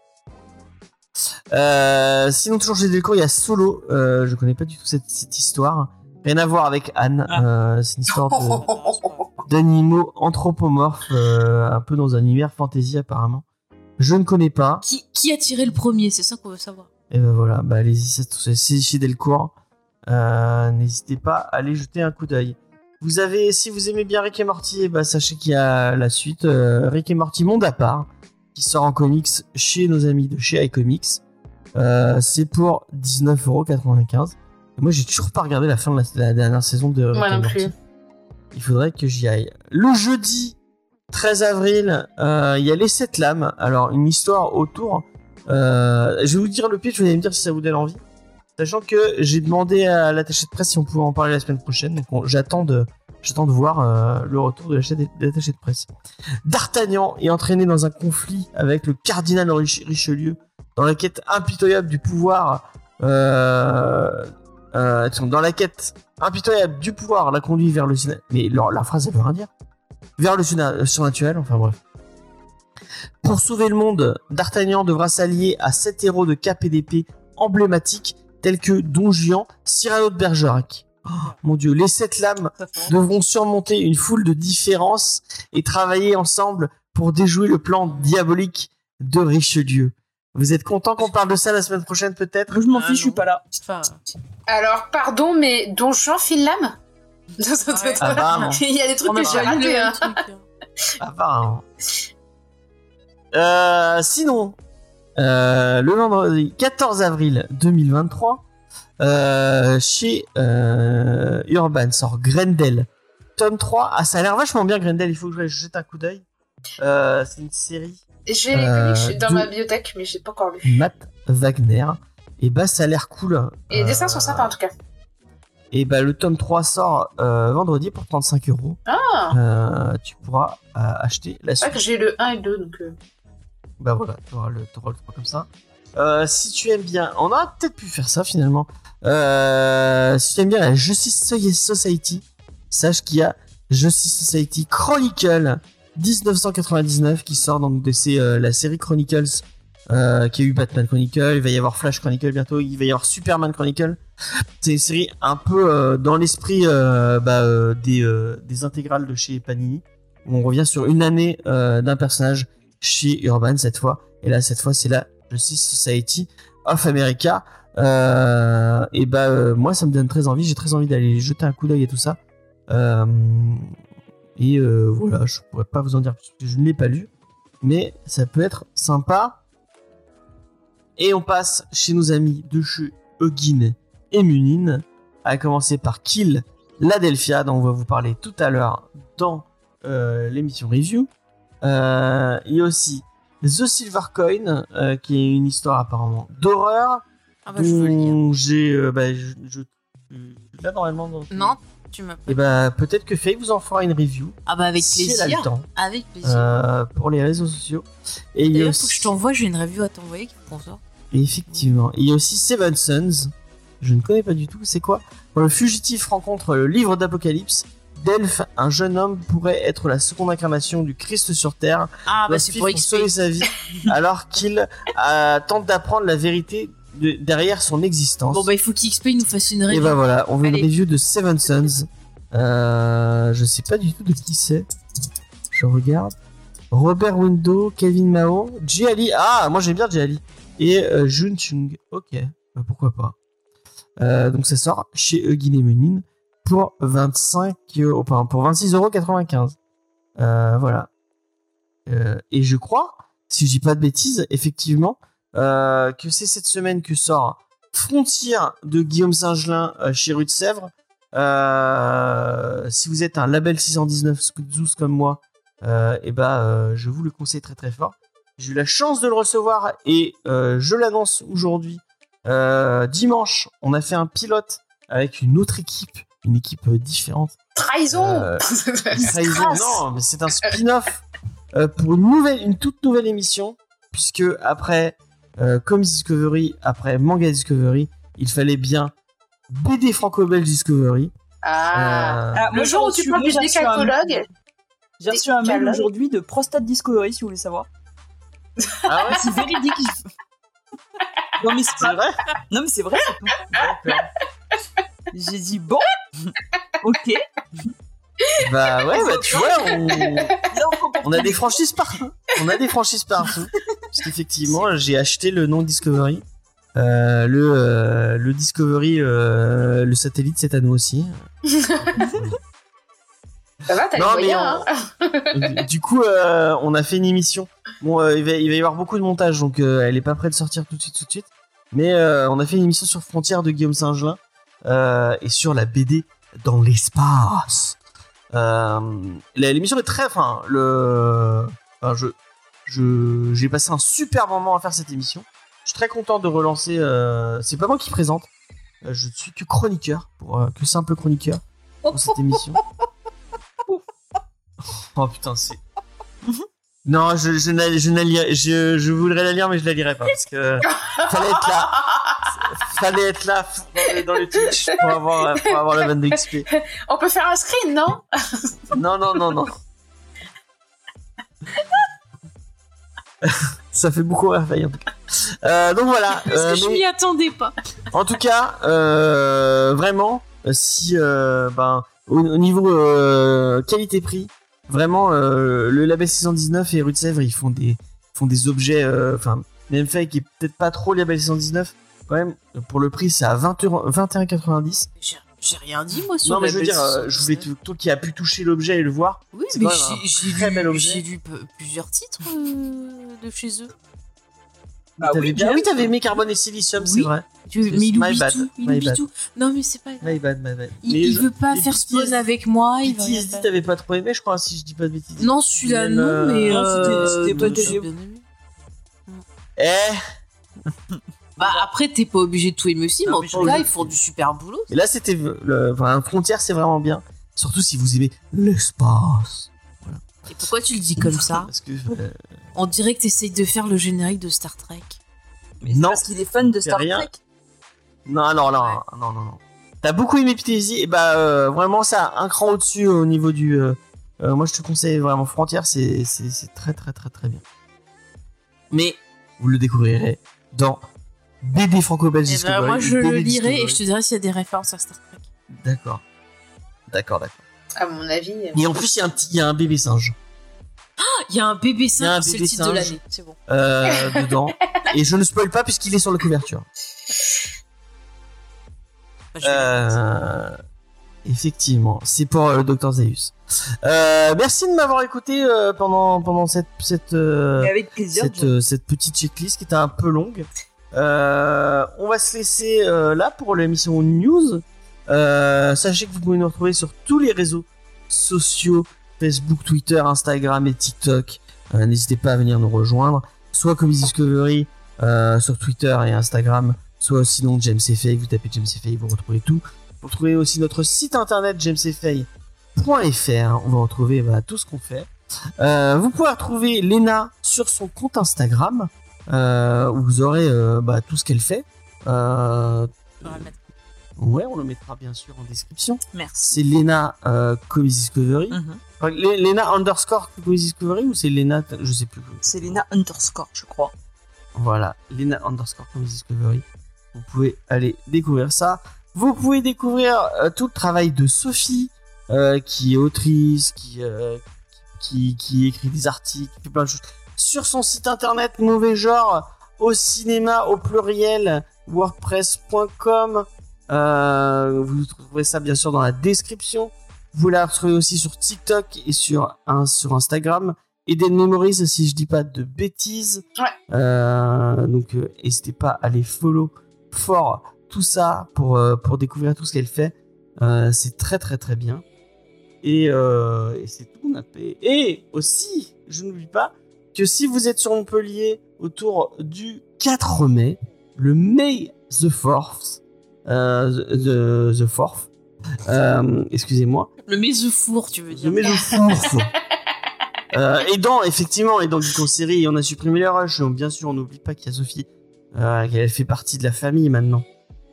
B: Sinon, toujours chez Delcourt, il y a Solo. Je connais pas du tout cette histoire. Rien à voir avec Anne. C'est une histoire d'animaux anthropomorphes, un peu dans un univers fantasy apparemment. Je ne connais pas.
C: Qui a tiré le premier, c'est ça qu'on veut savoir.
B: Et ben voilà, allez-y, c'est chez Delcourt. N'hésitez pas à aller jeter un coup d'œil. Si vous aimez bien Rick et Morty, sachez qu'il y a la suite Rick et Morty Monde à part qui sort en comics chez nos amis de chez iComics. C'est pour 19,95€. Et moi, j'ai toujours pas regardé la fin de la dernière saison de Rick et Morty. Il faudrait que j'y aille. Le jeudi 13 avril, il y a Les 7 lames. Alors, une histoire autour. Je vais vous dire le pitch, vous allez me dire si ça vous donne envie. Sachant que j'ai demandé à l'attaché de presse si on pouvait en parler la semaine prochaine. Donc, j'attends de voir le retour de l'attaché de presse. D'Artagnan est entraîné dans un conflit avec le cardinal Richelieu dans la quête impitoyable du pouvoir. Dans la quête impitoyable du pouvoir la conduit vers le mais la phrase elle veut rien dire. Vers le surnaturel, enfin bref. Pour sauver le monde, D'Artagnan devra s'allier à 7 héros de cap et d'épée emblématiques tels que Don Juan, Cyrano de Bergerac. Oh, mon Dieu, les 7 lames devront surmonter une foule de différences et travailler ensemble pour déjouer le plan diabolique de Richelieu. Vous êtes content qu'on parle de ça la semaine prochaine peut-être ?
F: Je m'en fiche, je suis pas là.
D: Alors, pardon, mais Don Juan file l'âme ?
B: Apparemment.
D: Il y a des trucs que j'ai ratés. Hein.
B: Apparemment. Sinon, le vendredi 14 avril 2023, chez Urban sort Grendel, tome 3. Ah, ça a l'air vachement bien Grendel, il faut que je jette un coup d'œil. C'est une série.
D: J'ai les comics dans ma bibliothèque, mais j'ai pas encore lu.
B: Matt Wagner. Et ça a l'air cool.
D: Et les dessins sont sympas en tout cas.
B: Et le tome 3 sort vendredi pour 35€.
D: Ah.
B: Tu pourras acheter la suite.
D: C'est vrai que j'ai le 1 et le 2, donc...
B: Voilà, t'auras le 3 comme ça. Si tu aimes bien... On aurait peut-être pu faire ça finalement. Si tu aimes bien la Justice Society, sache qu'il y a Justice Society Chronicle 1999 qui sort, donc c'est la série Chronicles qui a eu Batman Chronicle, il va y avoir Flash Chronicle bientôt, il va y avoir Superman Chronicle. C'est une série un peu dans l'esprit des intégrales de chez Panini, où on revient sur une année d'un personnage chez Urban cette fois, et là cette fois c'est la Justice Society of America. Moi ça me donne très envie, j'ai très envie d'aller jeter un coup d'œil et tout ça. Et voilà, je pourrais pas vous en dire plus parce que je ne l'ai pas lu, mais ça peut être sympa. Et on passe chez nos amis de chez Eugene et Munin, à commencer par Kill l'Adelphia, dont on va vous parler tout à l'heure dans l'émission review. Il y a aussi The Silver Coin, qui est une histoire apparemment d'horreur.
C: Ah bah, je veux le lire.
B: dont j'ai là normalement dans...
C: Non, tu m'as pas.
B: Et bah peut-être que Faye vous en fera une review
C: Ah bah, avec
B: si
C: plaisir.
B: elle a le temps
C: Avec plaisir.
B: pour les réseaux sociaux. Et il y a
C: D'ailleurs, faut que
B: aussi
C: je t'envoie, j'ai une review à t'envoyer qui prend ça.
B: effectivement, il y a aussi Seven Sons. Je ne connais pas du tout, c'est quoi? Quand le fugitif rencontre le livre d'Apocalypse, Delph, un jeune homme, pourrait être la seconde incarnation du Christ sur Terre.
C: Ah bah,
B: Doit
C: c'est
B: suivre
C: pour XP.
B: sauver sa vie, alors qu'il tente d'apprendre la vérité derrière son existence.
C: Bon bah, il faut qu'XP nous fasse une
B: Et
C: review.
B: bah voilà, on veut une
C: Allez.
B: review de Seven Sons. Je sais pas du tout de qui c'est. Je regarde. Robert Window, Kevin Mao, Jay Ali. Ah, moi j'aime bien Jay Ali. Et Jun Chung. Ok, bah, pourquoi pas. Donc ça sort chez Eugene et Munin pour 26,95€. Voilà. Et je crois, si je dis pas de bêtises, effectivement, que c'est cette semaine que sort Frontier de Guillaume Singelin chez Rue de Sèvres. Si vous êtes un label 619 12 comme moi, je vous le conseille très très fort. J'ai eu la chance de le recevoir et je l'annonce aujourd'hui. Dimanche, on a fait un pilote avec une autre équipe, une équipe différente.
D: Trahison.
B: Trahison, non, mais c'est un spin-off pour une toute nouvelle émission, puisque après Comics Discovery, après Manga Discovery, il fallait bien BD franco-belge Discovery.
D: Le jour où tu parles du décalcologue.
F: J'ai reçu un mail
D: Décalogue.
F: aujourd'hui de Prostate Discovery, si vous voulez savoir.
B: Ah ouais,
F: C'est véridique. Non mais
B: c'est vrai.
F: Non mais c'est vrai. J'ai dit bon, ok.
B: Bah ouais, bah tu vois, on a des franchises partout. On a des franchises partout. Parce qu'effectivement, j'ai acheté le nom Discovery. Le Discovery, le satellite, c'est à nous aussi.
D: Ça va, t'as les
B: Non, mais
D: moyens, hein.
B: du coup, on a fait une émission. Bon, il va y avoir beaucoup de montage, donc elle est pas prête de sortir tout de suite. Mais on a fait une émission sur Frontières de Guillaume Singelin et sur la BD dans l'espace. L'émission est très, j'ai passé un super moment à faire cette émission. Je suis très content de relancer. C'est pas moi qui présente. Je ne suis que chroniqueur, que simple chroniqueur pour cette émission. Oh putain, c'est. Non, je voudrais la lire, mais je la lirai pas parce que fallait être là dans le Twitch pour avoir la vanne de XP.
D: On peut faire un screen, non?
B: Non. Ça fait beaucoup rire, Faye, en tout cas. Donc voilà.
C: Parce que je m'y attendais pas.
B: En tout cas, vraiment, si au niveau qualité-prix, vraiment le label 619 et Rue de Sèvres, ils font des objets, même fait qui est peut-être pas trop le label 619, quand même pour le prix c'est à 21,90.
C: J'ai rien dit moi sur
B: Non mais
C: la
B: je veux dire,
C: belle-
B: je voulais toi qui a pu toucher l'objet et le voir.
C: Oui,
B: c'est
C: mais
B: quand même un très bel objet.
C: j'ai lu plusieurs titres de chez eux.
B: T'avais aimé Carbone et Silicium, c'est
C: Oui.
B: vrai.
C: Mais il
B: My
C: oublie
B: bad,
C: tout. Il
B: my
C: oublie
B: bad.
C: tout. Non, mais c'est pas grave.
B: My bad.
C: Il veut pas faire spawn avec moi. Il va rien
B: PTSD,
C: faire.
B: t'avais pas trop aimé, je crois, si je dis pas de bêtises.
C: Non, celui-là,
B: Même,
C: non, mais.
F: non, c'était pas
C: d'autres, j'ai
F: terrible.
C: bien aimé.
B: Bah,
C: après, t'es pas obligé de tout aimer aussi, mais
F: Non,
C: en
F: mais
C: tout
F: je
C: cas,
F: veux-
C: ils font du super boulot.
B: et là, c'était Frontière, c'est vraiment bien. Surtout si vous aimez l'espace.
C: Et pourquoi tu le dis comme ça?
B: Parce que
C: On dirait que t'essayes de faire le générique de Star Trek.
F: Mais c'est
B: non,
F: parce qu'il est fan de
B: c'est
F: Star
B: rien.
F: Trek.
B: non. T'as beaucoup aimé PTSD, et vraiment ça un cran au-dessus au niveau du. Moi, je te conseille vraiment Frontière, c'est très bien. Mais vous le découvrirez dans BD franco-belge
C: Et
B: Discovery.
C: moi, je
B: BD
C: le lirai
B: Discovery.
C: et je te dirai s'il y a des références à Star Trek.
B: D'accord.
D: À mon avis.
B: Et en plus, il y a un bébé singe
C: Il y a un bébé
B: Il y a un
C: singe, c'est
B: bébé
C: le titre de
B: singe.
C: l'année. C'est bon.
B: dedans. Et je ne spoil pas puisqu'il est sur la couverture.
C: Bah, je vais
B: Effectivement, c'est pour le Dr Zeus. Merci de m'avoir écouté pendant cette
F: Et avec plaisir.
B: cette petite checklist qui était un peu longue. On va se laisser là pour l'émission news. Sachez que vous pouvez nous retrouver sur tous les réseaux sociaux, Facebook, Twitter, Instagram et TikTok. N'hésitez pas à venir nous rejoindre, soit Comics Discovery sur Twitter et Instagram, soit sinon James Fay. Vous tapez James Fay, vous retrouvez tout. Vous retrouvez aussi notre site internet jamesfay.fr. On va retrouver tout ce qu'on fait. Vous pouvez retrouver Léna sur son compte Instagram, où vous aurez tout ce qu'elle fait. Ouais, on le mettra bien sûr en description.
C: Merci.
B: C'est Léna Comics Discovery. Léna underscore Comics Discovery ou c'est Léna, je sais plus.
F: C'est Léna underscore, je crois.
B: Voilà, Léna underscore Comics Discovery. Vous pouvez aller découvrir ça. Vous pouvez découvrir tout le travail de Sophie, qui est autrice, qui écrit des articles, qui fait plein de choses. Sur son site internet Mauvais Genre au cinéma au pluriel wordpress.com. Vous trouverez ça bien sûr dans la description. Vous la retrouvez aussi sur TikTok et sur Instagram. Eden Memories, si je dis pas de bêtises.
D: Ouais.
B: Donc n'hésitez pas à les follow fort. Tout ça pour découvrir tout ce qu'elle fait. C'est très très très bien. Et c'est tout qu'on a fait. Et aussi, je n'oublie pas que si vous êtes sur Montpellier autour du 4 mai, le May the 4th, the 4th, excusez-moi.
C: Le Mézefour, tu veux dire.
B: Le May the 4th. Et dans Geek en série, on a supprimé les rushs. Bien sûr, on n'oublie pas qu'il y a Sophie, qu'elle fait partie de la famille maintenant.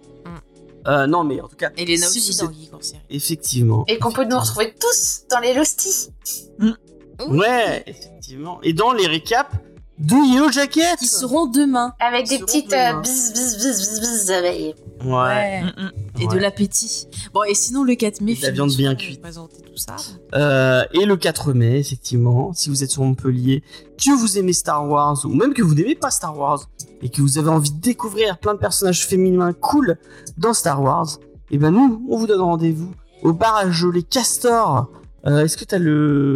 B: Non, mais en tout cas.
C: Et Léna
B: si
C: aussi
B: vous
C: dans
B: êtes-
C: Geek en série.
D: Et
B: Effectivement.
D: qu'on peut nous
B: Effectivement.
D: retrouver tous dans les Losties.
B: Ouais, effectivement. Et dans les récaps de Yellow Jacket.
C: Qui seront demain.
D: Avec
B: Ils
D: des
B: seront
D: petites
B: demain.
D: bis.
B: Ouais.
C: Et de
B: Ouais.
C: l'appétit. Bon, et sinon, le 4 mai,
B: Et de la viande bien
C: Philippe
B: cuite.
C: va présenter tout ça.
B: Et le 4 mai, effectivement, si vous êtes sur Montpellier, que vous aimez Star Wars, ou même que vous n'aimez pas Star Wars, et que vous avez envie de découvrir plein de personnages féminins cool dans Star Wars, et ben nous, on vous donne rendez-vous au bar à Gelée Castor. Est-ce que t'as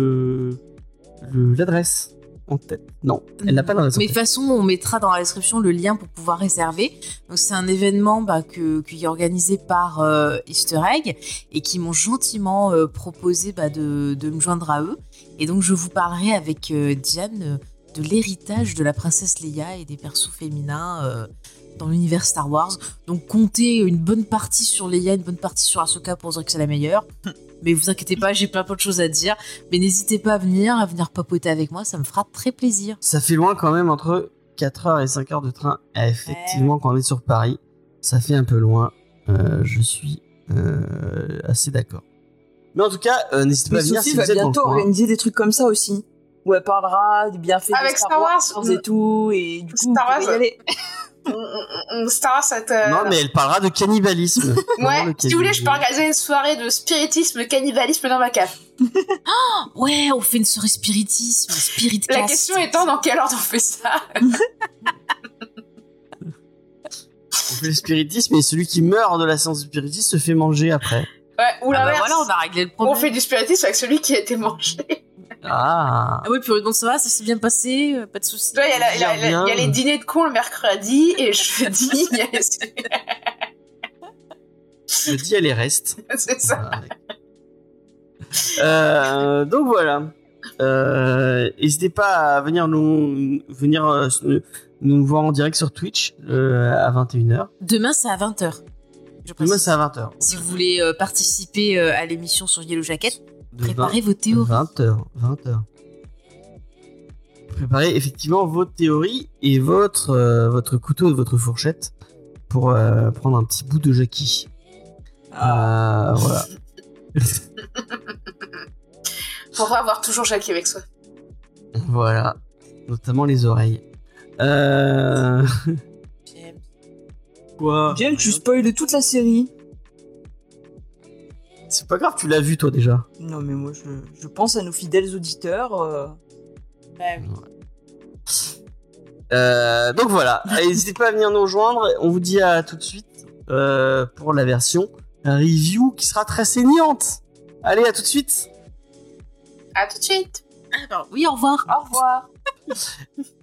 B: l'adresse en tête? Non, elle n'a pas d'adresse en
C: Mais de
B: tête.
C: toute façon, on mettra dans la description le lien pour pouvoir réserver. Donc, c'est un événement qui est organisé par Easter Egg et qui m'ont gentiment proposé de me joindre à eux. Et donc, je vous parlerai avec Diane de l'héritage de la princesse Leia et des persos féminins dans l'univers Star Wars. Donc, comptez une bonne partie sur Leia, une bonne partie sur Ahsoka pour dire que c'est la meilleure. Mais vous inquiétez pas, j'ai plein de choses à dire. Mais n'hésitez pas à venir papoter avec moi, ça me fera très plaisir.
B: Ça fait loin quand même, entre 4h et 5h de train. Effectivement, quand on est sur Paris, ça fait un peu loin. Je suis assez d'accord. Mais en tout cas, n'hésitez pas
F: Mais
B: à venir
F: Sophie
B: si
F: va
B: vous êtes dans le
F: bientôt
B: coin.
F: organiser des trucs comme ça aussi. Où elle parlera des bienfaits
D: Avec
F: de
D: Star Wars,
F: et tout. Et du coup,
D: Star
F: vous pouvez
D: Wars,
F: y aller.
D: Star Wars, ça te...
B: Non, mais elle parlera de cannibalisme. Vraiment,
D: Ouais,
B: le
D: si vous voulez, je peux
B: cannibalisme.
D: organiser une soirée de spiritisme, cannibalisme dans ma cave.
C: Ouais, on fait une soirée spiritisme, spirit
D: La
C: cast.
D: question étant, dans quel ordre on fait ça?
B: On fait le spiritisme et celui qui meurt de la séance de spiritisme se fait manger après.
D: Ouais, ou
C: Ah bah
D: l'inverse.
C: voilà, on a réglé le
D: On
C: problème.
D: fait du spiritisme avec celui qui a été mangé.
B: Ah.
C: Ah oui, puis donc ça va, ça s'est bien passé, pas de soucis.
D: Tu vois, il y a
B: Bien.
D: il y a les dîners de cons le mercredi et jeudi, il y a les...
B: Je dis elle est reste.
D: C'est ça.
B: Donc voilà. N'hésitez pas à venir nous voir en direct sur Twitch à 21h.
C: Demain, c'est à 20h.
B: Demain c'est à 20h.
C: Si vous voulez participer à l'émission sur Yellow Jacket,
B: De
C: préparez vos théories.
B: 20h. Préparez effectivement vos théories et votre couteau et votre fourchette pour prendre un petit bout de Jackie. Voilà.
D: Pour pas avoir toujours Jackie avec soi.
B: Voilà. Notamment les oreilles. Quoi?
F: James, tu spoil toute la série.
B: C'est pas grave, tu l'as vu toi déjà.
F: Non, mais moi, je pense à nos fidèles auditeurs.
B: Donc voilà, n'hésitez pas à venir nous rejoindre. On vous dit à tout de suite pour la version review qui sera très saignante. Allez, à tout de suite.
D: À tout de suite.
C: Alors, oui, au revoir.
F: Au revoir.